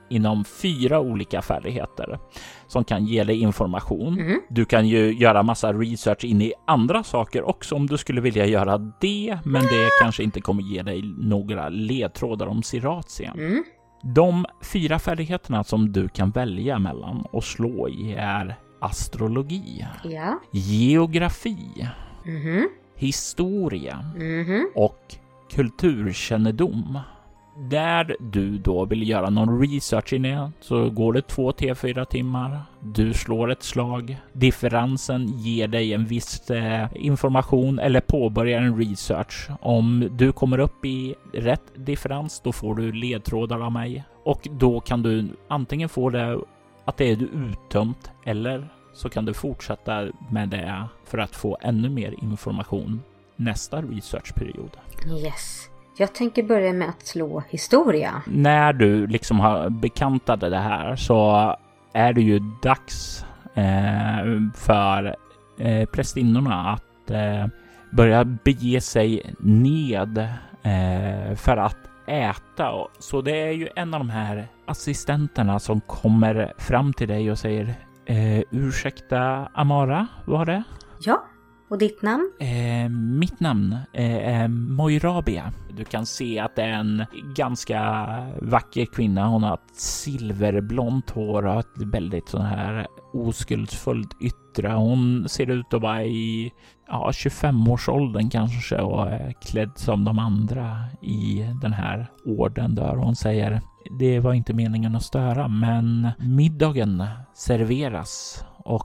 inom fyra olika färdigheter som kan ge dig information. Mm. Du kan ju göra massa research in i andra saker också om du skulle vilja göra det, men det kanske inte kommer ge dig några ledtrådar om Siratien. Mm. De fyra färdigheterna som du kan välja mellan och slå i är astrologi, Ja. geografi, Mhm. historia Mhm. och kulturkännedom. Där du då vill göra någon research in i så går det två till fyra timmar. Du slår ett slag. Differensen ger dig en viss eh, information eller påbörjar en research. Om du kommer upp i rätt differens då får du ledtrådar av mig. Och då kan du antingen få det att det är du uttömt eller så kan du fortsätta med det för att få ännu mer information nästa researchperiod. Yes. Jag tänker börja med att slå historia. När du liksom har bekantat det här så är det ju dags eh, för eh, prästinnorna att eh, börja bege sig ned eh, för att äta. Så det är ju en av de här assistenterna som kommer fram till dig och säger eh, ursäkta Amara, var det? Ja. Och ditt namn? Eh, mitt namn är Moirabia. Du kan se att det är en ganska vacker kvinna. Hon har ett silverblont hår och ett väldigt sån här oskuldsfullt yttre. Hon ser ut att vara i ja, tjugofem-årsåldern kanske och är klädd som de andra i den här orden där. Hon säger, det var inte meningen att störa, men middagen serveras och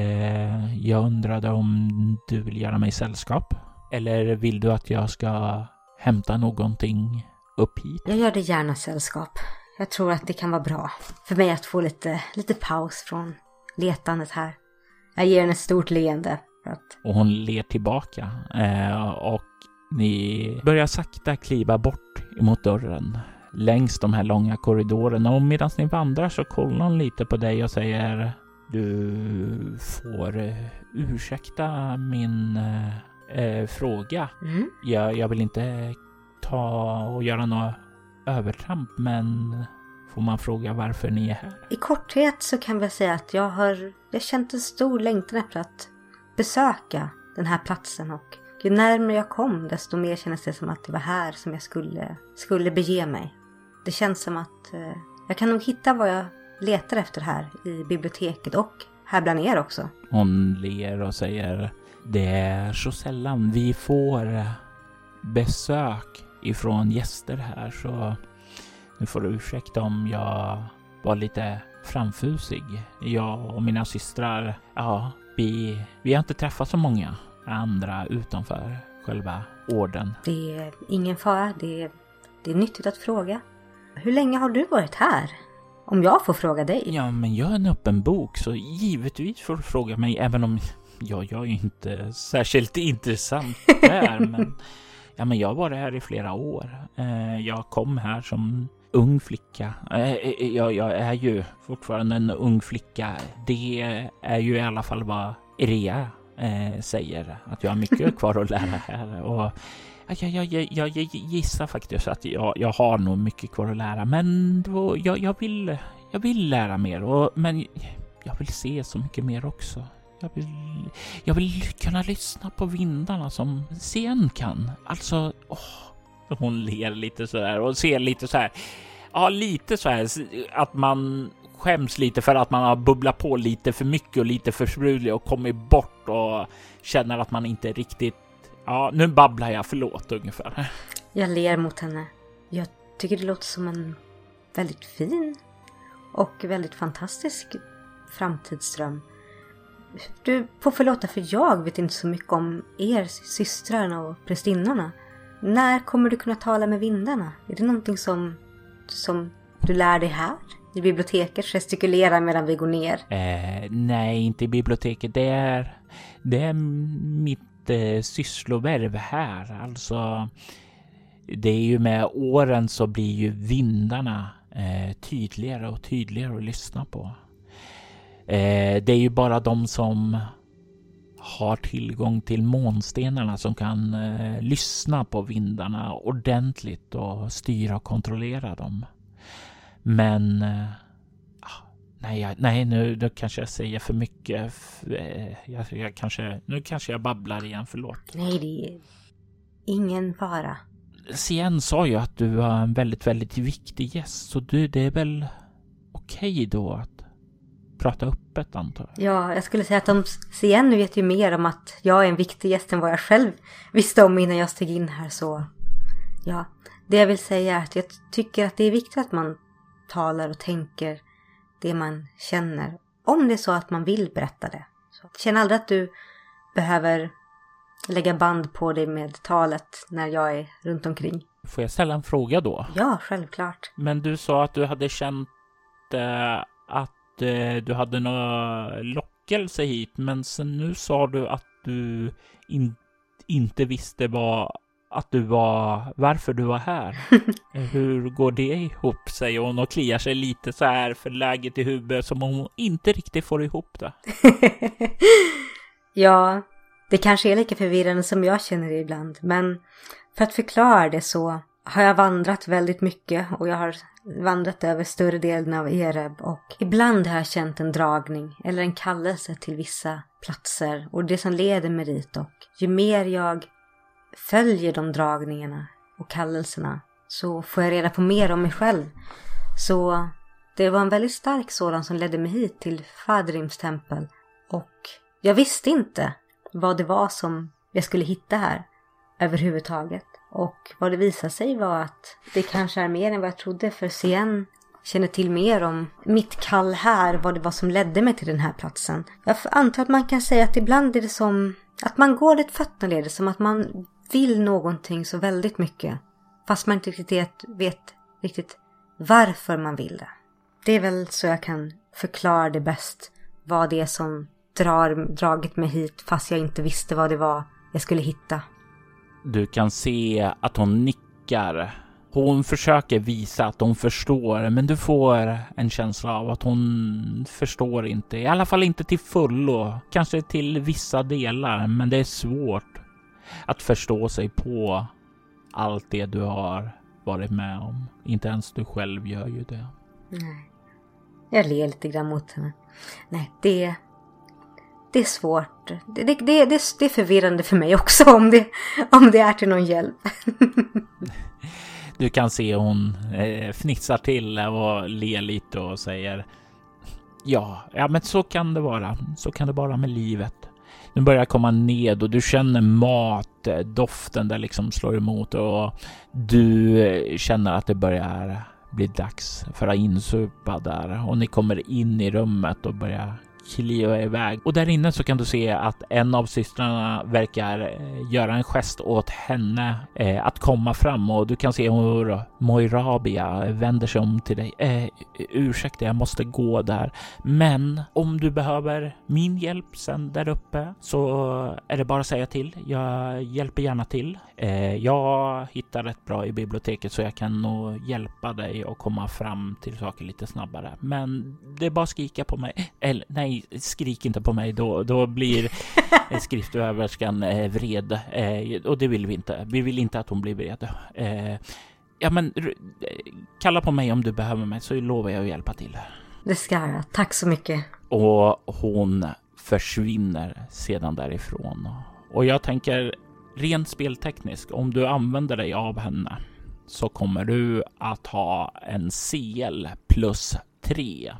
jag undrade om du vill göra mig sällskap. Eller vill du att jag ska hämta någonting upp hit? Jag gör det gärna sällskap. Jag tror att det kan vara bra för mig att få lite, lite paus från letandet här. Jag ger henne ett stort leende. För att... Och hon ler tillbaka. Eh, och ni börjar sakta kliva bort emot dörren. Längs de här långa korridorerna. Och medan ni vandrar så kollar hon lite på dig och säger... Du får uh, ursäkta min uh, fråga. Mm. Jag, jag vill inte ta och göra något övertramp, men får man fråga varför ni är här? I korthet så kan vi säga att jag har jag känt en stor längtan efter att besöka den här platsen. Och ju närmare jag kom desto mer kändes det som att det var här som jag skulle, skulle bege mig. Det känns som att uh, jag kan nog hitta vad jag letar efter här i biblioteket och här bland er också. Hon ler och säger, det är så sällan vi får besök ifrån gäster här, så nu får du ursäkta om jag var lite framfusig. Jag och mina systrar, ja, vi, vi har inte träffat så många andra utanför själva orden. Det är ingen fara, det är, det är nyttigt att fråga. Hur länge har du varit här? Om jag får fråga dig. Ja, men jag är en öppen bok, så givetvis får du fråga mig, även om ja, jag är inte särskilt intressant där. men, ja, men jag har varit här i flera år. Eh, jag kom här som ung flicka. Eh, jag, jag är ju fortfarande en ung flicka. Det är ju i alla fall vad Irea eh, säger, att jag har mycket kvar att lära här. Och Jag, jag, jag, jag gissar faktiskt att jag, jag har nog mycket kvar att lära. Men då, jag, jag, vill, jag vill lära mer. Och, men jag vill se så mycket mer också. Jag vill, jag vill kunna lyssna på vindarna som scen kan. Alltså, åh. Hon ler lite så här och ser lite så här. Ja, lite så här att man skäms lite för att man har bubblat på lite för mycket och lite för sprudlig och kommit bort och känner att man inte riktigt. Ja, nu babblar jag, förlåt ungefär. Jag ler mot henne. Jag tycker det låter som en väldigt fin och väldigt fantastisk framtidsdröm. Du får förlåta, för jag vet inte så mycket om er systrarna och prästinnorna. När kommer du kunna tala med vindarna? Är det någonting som, som du lär dig här? I biblioteket gestikulerar medan vi går ner? Eh, nej, inte i biblioteket. Det är, det är mitt sysslovärv här. Alltså, det är ju med åren så blir ju vindarna eh, tydligare och tydligare att lyssna på. Eh, det är ju bara de som har tillgång till månstenarna som kan eh, lyssna på vindarna ordentligt och styra och kontrollera dem. Men eh, nej, jag, nej nu, nu kanske jag säger för mycket. Jag, jag kanske, nu kanske jag babblar igen, förlåt. Nej, det är ingen fara. Cien sa ju att du var en väldigt, väldigt viktig gäst. Så du, det är väl okej då att prata öppet, antar jag? Ja, jag skulle säga att de Cien nu vet ju mer om att jag är en viktig gäst än vad jag själv visste om innan jag steg in här. Så ja, det jag vill säga är att jag tycker att det är viktigt att man talar och tänker det man känner. Om det är så att man vill berätta det. Så känn aldrig att du behöver lägga band på dig med talet när jag är runt omkring. Får jag ställa en fråga då? Ja, självklart. Men du sa att du hade känt eh, att eh, du hade någon lockelse hit. Men sen nu sa du att du in, inte visste vad, att du var, varför du var här. Hur går det ihop, säger hon och kliar sig lite så här för läget i huvudet som om hon inte riktigt får ihop det. Ja, det kanske är lika förvirrande som jag känner det ibland. Men för att förklara det så har jag vandrat väldigt mycket. Och jag har vandrat över större delen av Ereb. Och ibland har jag känt en dragning eller en kallelse till vissa platser. Och det som leder mig dit. Och ju mer jag följer de dragningarna och kallelserna så får jag reda på mer om mig själv. Så det var en väldigt stark sådan som ledde mig hit till Fadrims tempel. Och jag visste inte vad det var som jag skulle hitta här överhuvudtaget. Och vad det visade sig var att det kanske är mer än vad jag trodde. För Cien känner till mer om mitt kall här, vad det var som ledde mig till den här platsen. Jag antar att man kan säga att ibland är det som att man går lite fötterna leder, som att man vill någonting så väldigt mycket. Fast man inte riktigt vet riktigt varför man vill det. Det är väl så jag kan förklara det bäst. Vad det är som drar, dragit mig hit fast jag inte visste vad det var jag skulle hitta. Du kan se att hon nickar. Hon försöker visa att hon förstår, men du får en känsla av att hon förstår inte. I alla fall inte till fullo. Kanske till vissa delar, men det är svårt att förstå sig på allt det du har varit med om. Inte ens du själv gör ju det. Nej. Jag ler lite grann mot henne. Nej, det, det är svårt. Det, det, det, det, det är förvirrande för mig också om det, om det är till någon hjälp. Du kan se hon eh, fnissar till och ler lite och säger ja, ja men så kan det vara. Så kan det vara med livet. Nu börjar komma ned och du känner mat, doften där liksom slår emot och du känner att det börjar bli dags för att insupa där. Och ni kommer in i rummet och börjar kliva iväg. Och där inne så kan du se att en av systrarna verkar göra en gest åt henne eh, att komma fram. Och du kan se hur Moirabia vänder sig om till dig. Eh, ursäkta, jag måste gå där. Men om du behöver min hjälp sen där uppe så är det bara att säga till. Jag hjälper gärna till. Eh, jag hittar rätt bra i biblioteket så jag kan nog hjälpa dig att komma fram till saker lite snabbare. Men det är bara att skrika på mig. Eller nej, skrik inte på mig. Då, då blir skriftöverskan eh, vred. Eh, och det vill vi inte. Vi vill inte att hon blir vred. Eh, ja, men kalla på mig om du behöver mig så lovar jag att hjälpa till. Det ska jag. Tack så mycket. Och hon försvinner sedan därifrån. Och jag tänker rent speltekniskt, om du använder dig av henne så kommer du att ha en C L plus tre.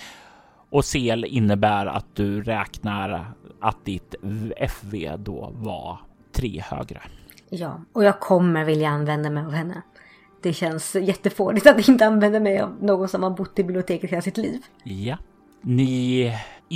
Och C L innebär att du räknar att ditt F V då var tre högre. Ja, och jag kommer vilja använda mig av henne. Det känns jättefånigt att inte använda mig av någon som har bott i biblioteket hela sitt liv. Ja, ni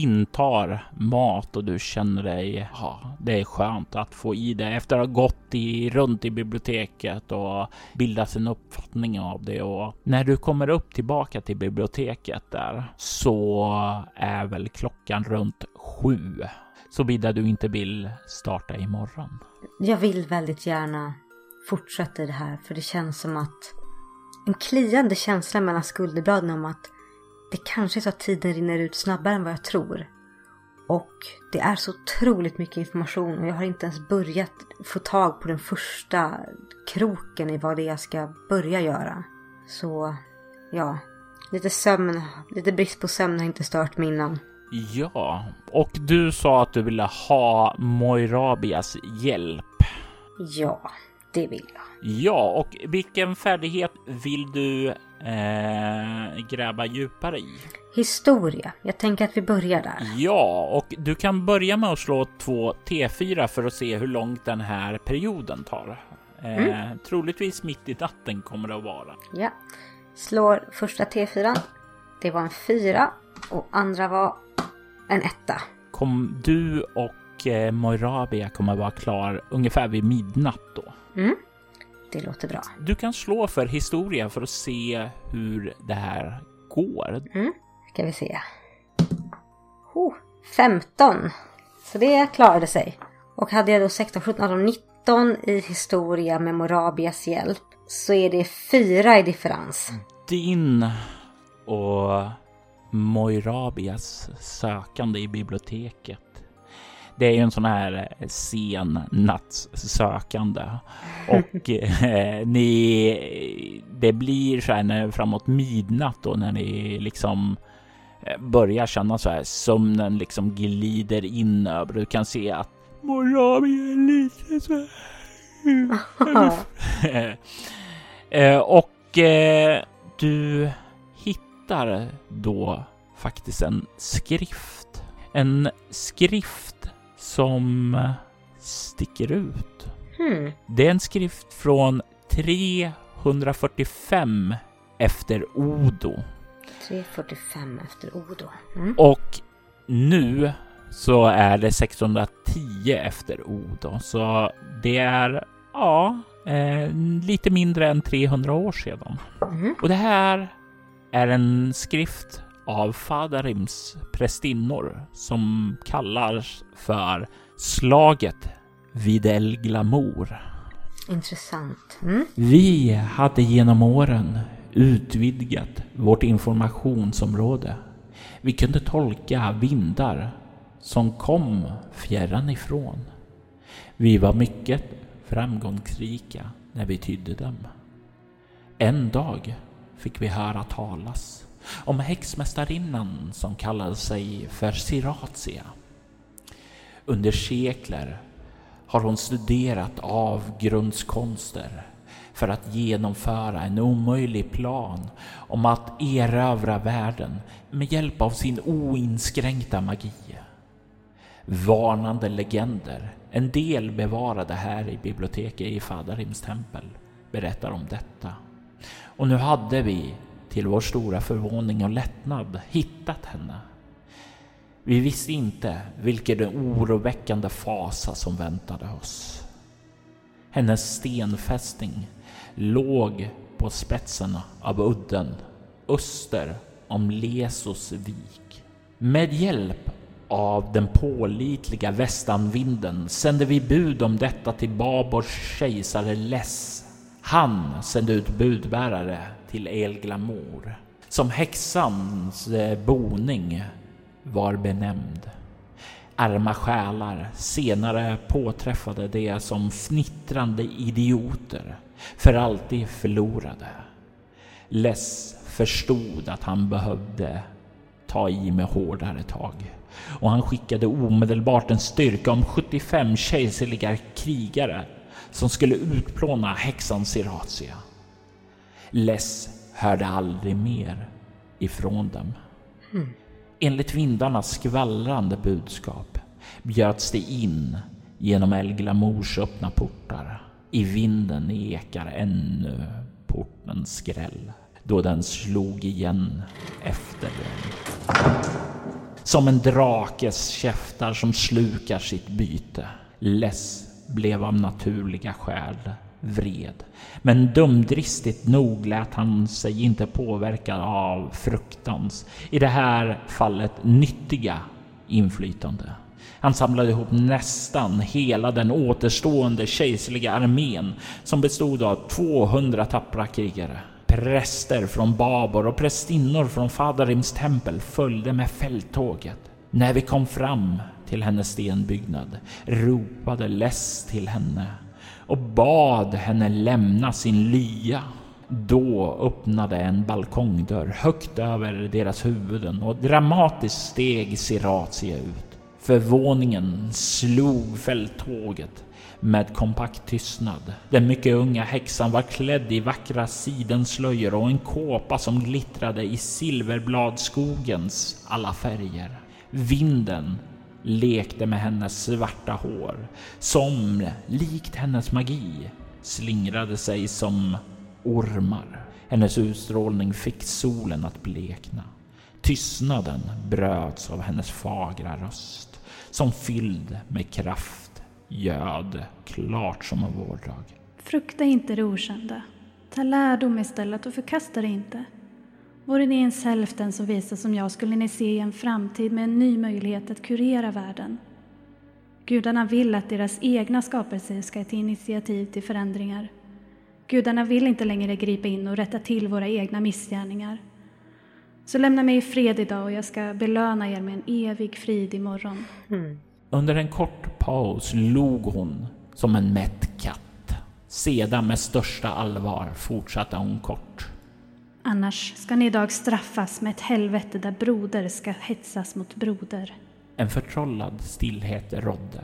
intar mat och du känner dig, ja, det är skönt att få i det efter att ha gått i, runt i biblioteket och bildat en uppfattning av det. Och när du kommer upp tillbaka till biblioteket där så är väl klockan runt sju. Så vidare du inte vill starta imorgon. Jag vill väldigt gärna fortsätta det här för det känns som att en kliande känsla mellan skulderbladen om att det kanske är så att tiden rinner ut snabbare än vad jag tror. Och det är så otroligt mycket information och jag har inte ens börjat få tag på den första kroken i vad det är jag ska börja göra. Så ja, Lite sömn, lite brist på sömn har inte stört mig innan. Ja, och du sa att du ville ha Moirabias hjälp. Ja, det vill jag. Ja, och vilken färdighet vill du eh, gräva djupare i? Historia. Jag tänker att vi börjar där. Ja, och du kan börja med att slå två T fyra för att se hur långt den här perioden tar. Eh, mm. Troligtvis mitt i natten kommer det att vara. Ja, slår första T fyra. Det var en fyra och andra var en etta. Kom du och eh, Moirabia kommer vara klar ungefär vid midnatt då? Mm, det låter bra. Du kan slå för historia för att se hur det här går. Mm, ska vi se. Oh, femton. Så det klarade sig. Och hade jag då sexton, sjutton, arton, nitton i historia med Moirabias hjälp så är det fyra i differens. Din och Moirabias sökande i biblioteket. Det är ju en sån här sen nattssökande. Och eh, ni, det blir så här när, framåt midnatt då, när ni liksom börjar känna så här sömnen liksom glider in över. Du kan se att Moirabia är lite så här. eh, och eh, du hittar då faktiskt en skrift. En skrift som sticker ut. Hmm. Det är en skrift från trehundrafyrtiofem efter Odo. trehundrafyrtiofem efter Odo. Mm. Och nu så är det sexhundratio efter Odo. Så det är ja, eh, lite mindre än trehundra år sedan. Mm. Och det här är en skrift av Fadarims prästinnor som kallas för slaget vid El Glamour. Intressant. Mm. Vi hade genom åren utvidgat vårt informationsområde. Vi kunde tolka vindar som kom fjärran ifrån. Vi var mycket framgångsrika när vi tydde dem. En dag fick vi höra talas om häxmästarinnan som kallade sig för Siratia. Under sekler har hon studerat avgrundskonster för att genomföra en omöjlig plan om att erövra världen med hjälp av sin oinskränkta magi. Varnande legender, en del bevarade här i biblioteket i Fadarims tempel, berättar om detta. Och nu hade vi, till vår stora förvåning och lättnad, hittat henne. Vi visste inte vilken oroväckande fasa som väntade oss. Hennes stenfästning låg på spetsen av udden öster om Lesos vik. Med hjälp av den pålitliga västanvinden sände vi bud om detta till Babors kejsare Less. Han sände ut budbärare till El Glamour, som häxans boning var benämnd. Arma själar senare påträffade det som fnittrande idioter, för alltid förlorade. Less förstod att han behövde ta i med hårdare tag, och han skickade omedelbart en styrka om sjuttiofem kejserliga krigare som skulle utplåna häxan Siratia. Less hörde aldrig mer ifrån dem. Mm. Enligt vindarnas skvallrande budskap bjöds det in genom El Glamours öppna portar. I vinden ekar ännu portens skräll, då den slog igen efter den. Som en drakes käftar som slukar sitt byte. Less blev av naturliga skäl vred, men dumdristigt nog lät han sig inte påverka av fruktans, i det här fallet nyttiga, inflytande. Han samlade ihop nästan hela den återstående kejserliga armén, som bestod av tvåhundra tappra krigare. Präster från Babor och prästinnor från Fadarims tempel följde med fälttåget. När vi kom fram till hennes stenbyggnad ropade Less till henne och bad henne lämna sin lya. Då öppnade en balkongdörr högt över deras huvuden och dramatiskt steg Siratia ut. Förvåningen slog fälttåget med kompakt tystnad. Den mycket unga häxan var klädd i vackra sidenslöjor och en kåpa som glittrade i silverbladskogens alla färger. Vinden lekte med hennes svarta hår som, likt hennes magi, slingrade sig som ormar. Hennes utstrålning fick solen att blekna. Tystnaden bröts av hennes fagra röst som fylld med kraft göd klart som en vårdag. Frukta inte det okända. Ta lärdom istället och förkasta det inte. Vore ni ens hälften som visar som jag skulle ni se i en framtid med en ny möjlighet att kurera världen. Gudarna vill att deras egna skapelser ska ta initiativ till förändringar. Gudarna vill inte längre gripa in och rätta till våra egna missgärningar. Så lämna mig i fred idag och jag ska belöna er med en evig frid imorgon. Mm. Under en kort paus log hon som en mätt katt. Sedan med största allvar fortsatte hon kort. Annars ska ni idag straffas med ett helvete där broder ska hetsas mot broder. En förtrollad stillhet rådde.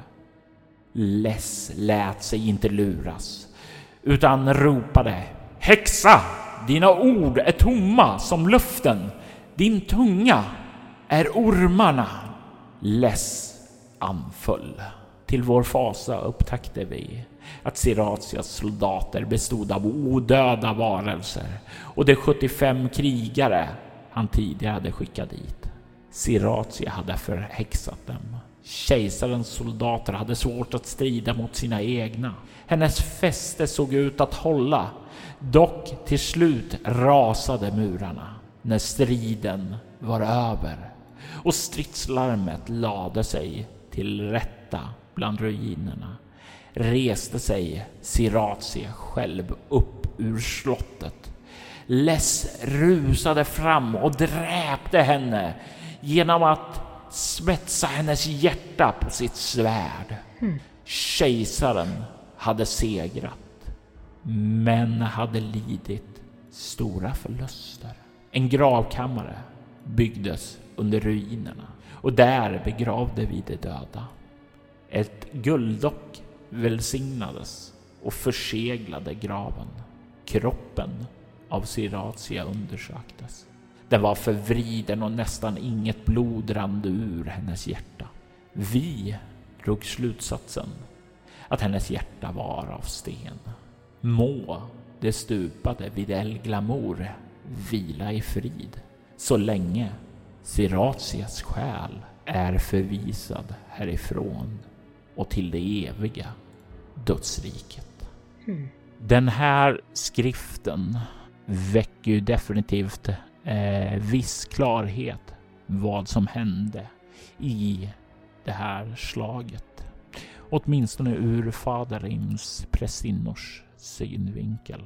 Less lät sig inte luras, utan ropade: Häxa! Dina ord är tomma som luften. Din tunga är ormarna. Less anföll. Till vår fasa upptäckte vi att Siratias soldater bestod av odöda varelser och de sjuttiofem krigare han tidigare hade skickat dit. Siratia hade förhäxat dem. Kejsarens soldater hade svårt att strida mot sina egna. Hennes fäste såg ut att hålla. Dock till slut rasade murarna när striden var över och stridslarmet lade sig till rätta bland ruinerna. Reste sig Siratia själv upp ur slottet. Less rusade fram och dräpte henne genom att svetsa hennes hjärta på sitt svärd. Mm. Kejsaren hade segrat, men hade lidit stora förluster. En gravkammare byggdes under ruinerna och där begravde vi de döda. Ett gulddock välsignades och förseglade graven. Kroppen av Siratia undersöktes. Den var förvriden och nästan inget blod rann ur hennes hjärta. Vi drog slutsatsen att hennes hjärta var av sten. Må det stupade vid El Glamour vila i frid, så länge Siratias själ är förvisad härifrån och till det eviga dödsriket. Mm. Den här skriften väcker ju definitivt eh, viss klarhet vad som hände i det här slaget. Åtminstone ur Fadarims prästinnors synvinkel.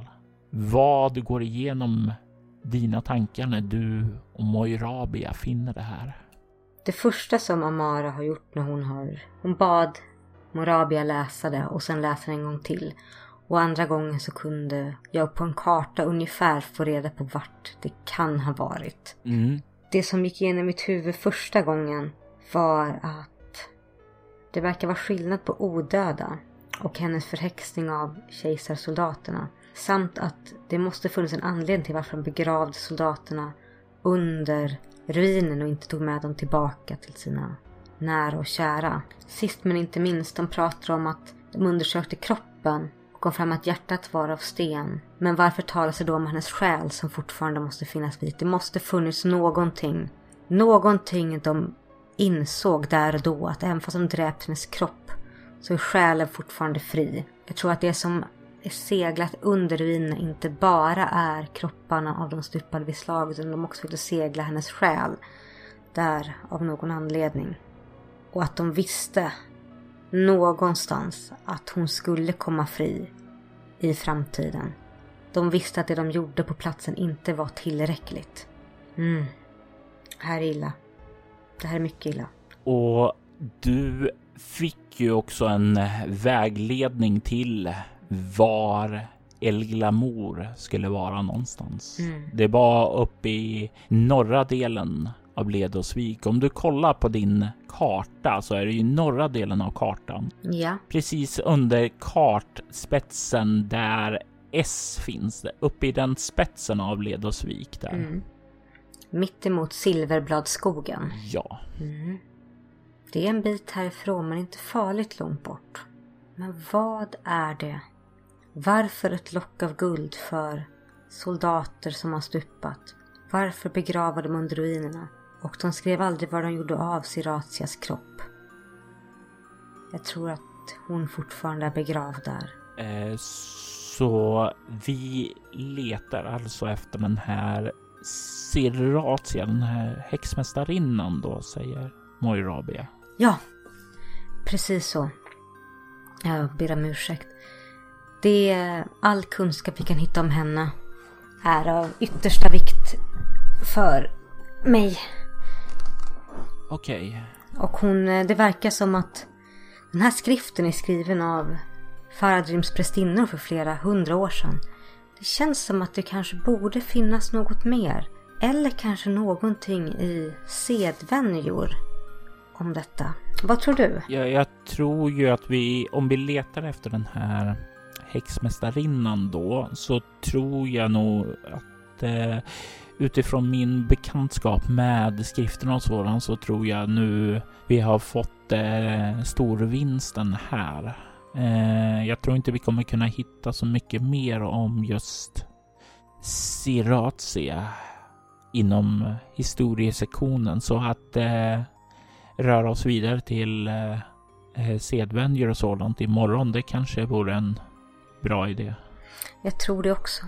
Vad går igenom dina tankar när du och Moirabia finner det här? Det första som Amara har gjort när hon har... Hon bad Moirabia läsa det och sen läsa en gång till. Och andra gången så kunde jag på en karta ungefär få reda på vart det kan ha varit. Mm. Det som gick igenom mitt huvud första gången var att det verkar vara skillnad på odöda och hennes förhäxning av kejsarsoldaterna. Samt att det måste funnits en anledning till varför de begravde soldaterna under ruinen och inte tog med dem tillbaka till sina nära och kära. Sist men inte minst, de pratar om att de undersökte kroppen och kom fram att hjärtat var av sten. Men varför talar sig då om hennes själ som fortfarande måste finnas vid? Det måste funnits någonting. Någonting de insåg där och då, att även fast de dräpt hennes kropp så är själen fortfarande fri. Jag tror att det som är seglat under ruinen inte bara är kropparna av de stupade vid slaget, utan de också ville segla hennes själ där av någon anledning. Och att de visste någonstans att hon skulle komma fri i framtiden. De visste att det de gjorde på platsen inte var tillräckligt. Mm. Här är illa. Det här är mycket illa. Och du fick ju också en vägledning till var El Glamour skulle vara någonstans. Mm. Det var uppe i norra delen av Ledosvik. Om du kollar på din karta så är det ju norra delen av kartan. Ja. Precis under kartspetsen där S finns. Uppe i den spetsen av Ledosvik där. Mm. Mitt emot Silverbladskogen. Ja. Mm. Det är en bit härifrån men inte farligt långt bort. Men vad är det? Varför ett lock av guld för soldater som har stupat? Varför begrava dem under ruinerna? Och de skrev aldrig vad de gjorde av Siratias kropp. Jag tror att hon fortfarande är begravd där. Eh, så vi letar alltså efter den här Siratia, den här häxmästarinnan då, säger Moirabia. Ja, precis så. Jag ber om ursäkt. Det är all kunskap vi kan hitta om henne är av yttersta vikt för mig. Okej. Okay. Och hon, det verkar som att den här skriften är skriven av Faradrims prästinnor för flera hundra år sedan. Det känns som att det kanske borde finnas något mer. Eller kanske någonting i sedvänjor om detta. Vad tror du? Ja, jag tror ju att vi, om vi letar efter den här häxmästarinnan då, så tror jag nog att eh, utifrån min bekantskap med skrifterna och sådant, så tror jag nu vi har fått eh, storvinsten här. Eh, jag tror inte vi kommer kunna hitta så mycket mer om just Siratia inom historiesektionen, så att eh, röra oss vidare till eh, sedvänjor och sådant imorgon, det kanske vore en bra idé. Jag tror det också.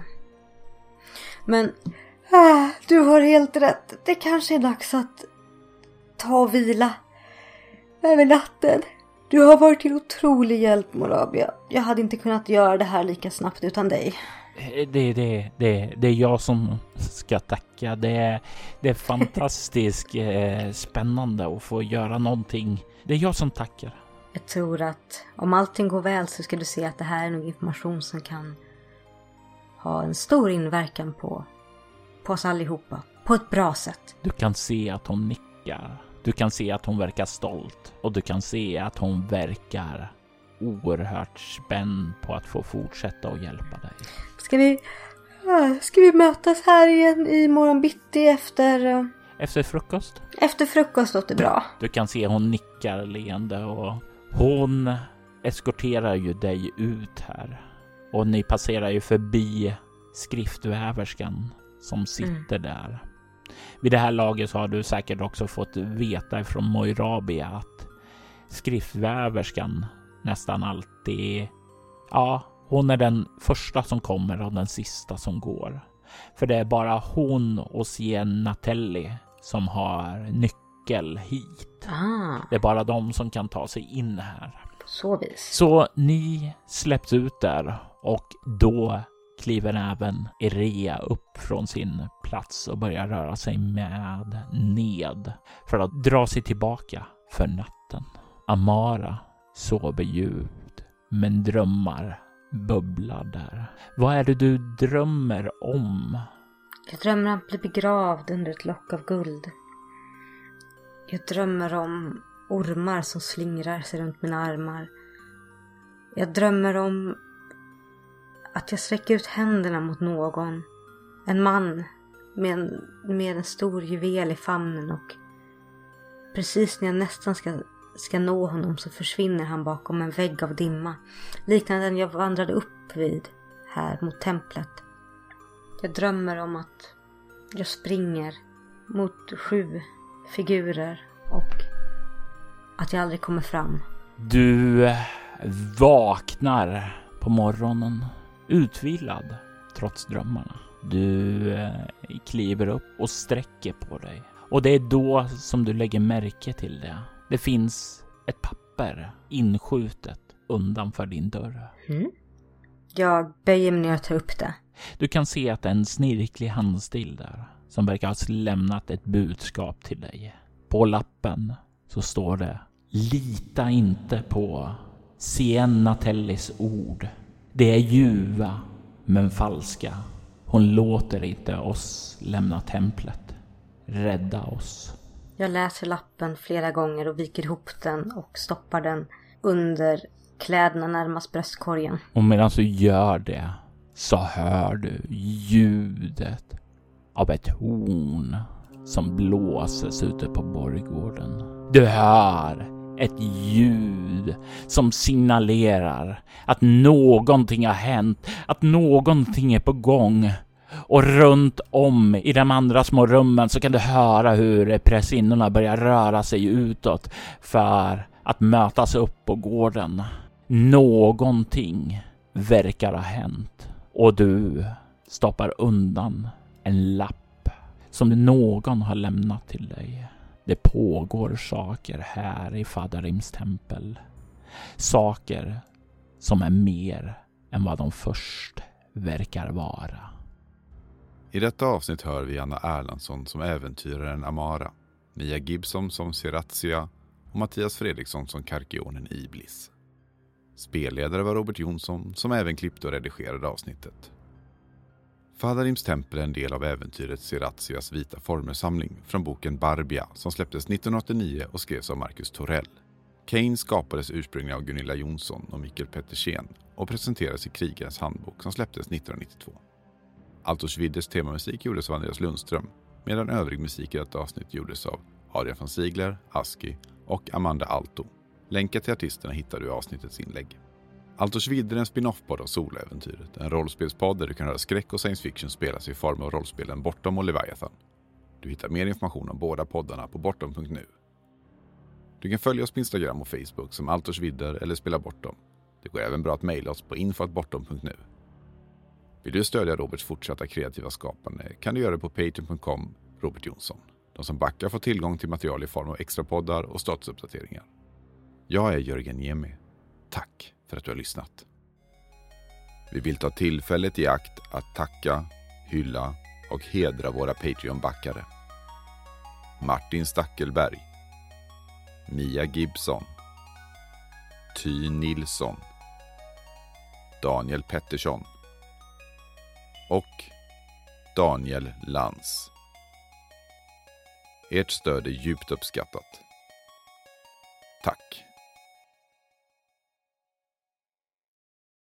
Men äh, du har helt rätt. Det kanske är dags att ta och vila över natten. Du har varit till otrolig hjälp, Morabia. Jag hade inte kunnat göra det här lika snabbt utan dig. Det, det, det, det är jag som ska tacka. Det är, det är fantastiskt eh, spännande att få göra någonting. Det är jag som tackar. Jag tror att om allting går väl så ska du se att det här är nog information som kan ha en stor inverkan på, på oss allihopa. På ett bra sätt. Du kan se att hon nickar. Du kan se att hon verkar stolt. Och du kan se att hon verkar oerhört spänd på att få fortsätta och hjälpa dig. Ska vi, ska vi mötas här igen i morgon bitti efter... Efter frukost? Efter frukost låter bra. Du kan se hon nickar leende och hon eskorterar ju dig ut här. Och ni passerar ju förbi skriftväverskan som sitter mm. där. Vid det här laget så har du säkert också fått veta ifrån Moirabia att skriftväverskan nästan alltid, ja, hon är den första som kommer och den sista som går. För det är bara hon och Sienatelli som har nyckel hit. Ah. Det är bara de som kan ta sig in här. Så vis. Så ni släpps ut där och då kliver även Erea upp från sin plats och börjar röra sig med ned för att dra sig tillbaka för natten. Amara sover djupt, men drömmar bubblar där. Vad är det du drömmer om? Jag drömmer om att bli begravd under ett lock av guld. Jag drömmer om ormar som slingrar sig runt mina armar. Jag drömmer om att jag sträcker ut händerna mot någon. En man med en, med en stor juvel i famnen, och precis när jag nästan ska, ska nå honom så försvinner han bakom en vägg av dimma. Liknande den jag vandrade upp vid här mot templet. Jag drömmer om att jag springer mot sju figurer och att jag aldrig kommer fram. Du vaknar på morgonen utvilad trots drömmarna. Du eh, kliver upp och sträcker på dig. Och det är då som du lägger märke till det. Det finns ett papper inskjutet undanför din dörr. Mm. Jag böjer mig ner och tar upp det. Du kan se att det är en snirklig handstil där som verkar ha lämnat ett budskap till dig. På lappen så står det: lita inte på Sienatellis ord. Det är ljuva men falska. Hon låter inte oss lämna templet. Rädda oss. Jag läser lappen flera gånger och viker ihop den och stoppar den under kläderna närmast bröstkorgen. Och medan du gör det så hör du ljudet av ett horn som blåses ute på borggården. Du hör ett ljud som signalerar att någonting har hänt, att någonting är på gång. Och runt om i de andra små rummen så kan du höra hur prästinnorna börjar röra sig utåt för att mötas upp på gården. Någonting verkar ha hänt och du stoppar undan en lapp som någon har lämnat till dig. Det pågår saker här i Fadarims tempel. Saker som är mer än vad de först verkar vara. I detta avsnitt hör vi Anna Erlandsson som äventyraren Amara, Mia Gibson som Seratia och Mattias Fredriksson som Karkionen Iblis. Spelledare var Robert Jonsson som även klippte och redigerade avsnittet. Fadarims tempel är en del av äventyret Seratias vita formersamling från boken Barbia som släpptes nittonhundraåttionio och skrevs av Marcus Torell. Kane skapades ursprungligen av Gunilla Jonsson och Mikael Pettersen och presenterades i Krigarens handbok som släpptes nittonhundranittiotvå. Altors Vidders temamusik gjordes av Andreas Lundström, medan övrig musik i detta avsnitt gjordes av Adrian von Ziegler, Aski och Amanda Alto. Länkar till artisterna hittar du i avsnittets inlägg. Altors Vidder är en spin-off-podd av Soloäventyret, en rollspelspodd där du kan höra skräck och science fiction spelas i form av rollspelen Bortom och Leviathan. Du hittar mer information om båda poddarna på bortom punkt nu. Du kan följa oss på Instagram och Facebook som Altors Vidder eller Spela Bortom. Det går även bra att mejla oss på info at bortom punkt nu. Vill du stödja Roberts fortsatta kreativa skapande kan du göra det på patreon punkt com Robert Jonsson. De som backar får tillgång till material i form av extra poddar och statusuppdateringar. Jag är Jörgen Niemi. Tack för att du har lyssnat. Vi vill ta tillfället i akt att tacka, hylla och hedra våra Patreon-backare. Martin Stackelberg, Mia Gibson, Ty Nilsson, Daniel Pettersson och Daniel Lantz. Ert stöd är djupt uppskattat. Tack.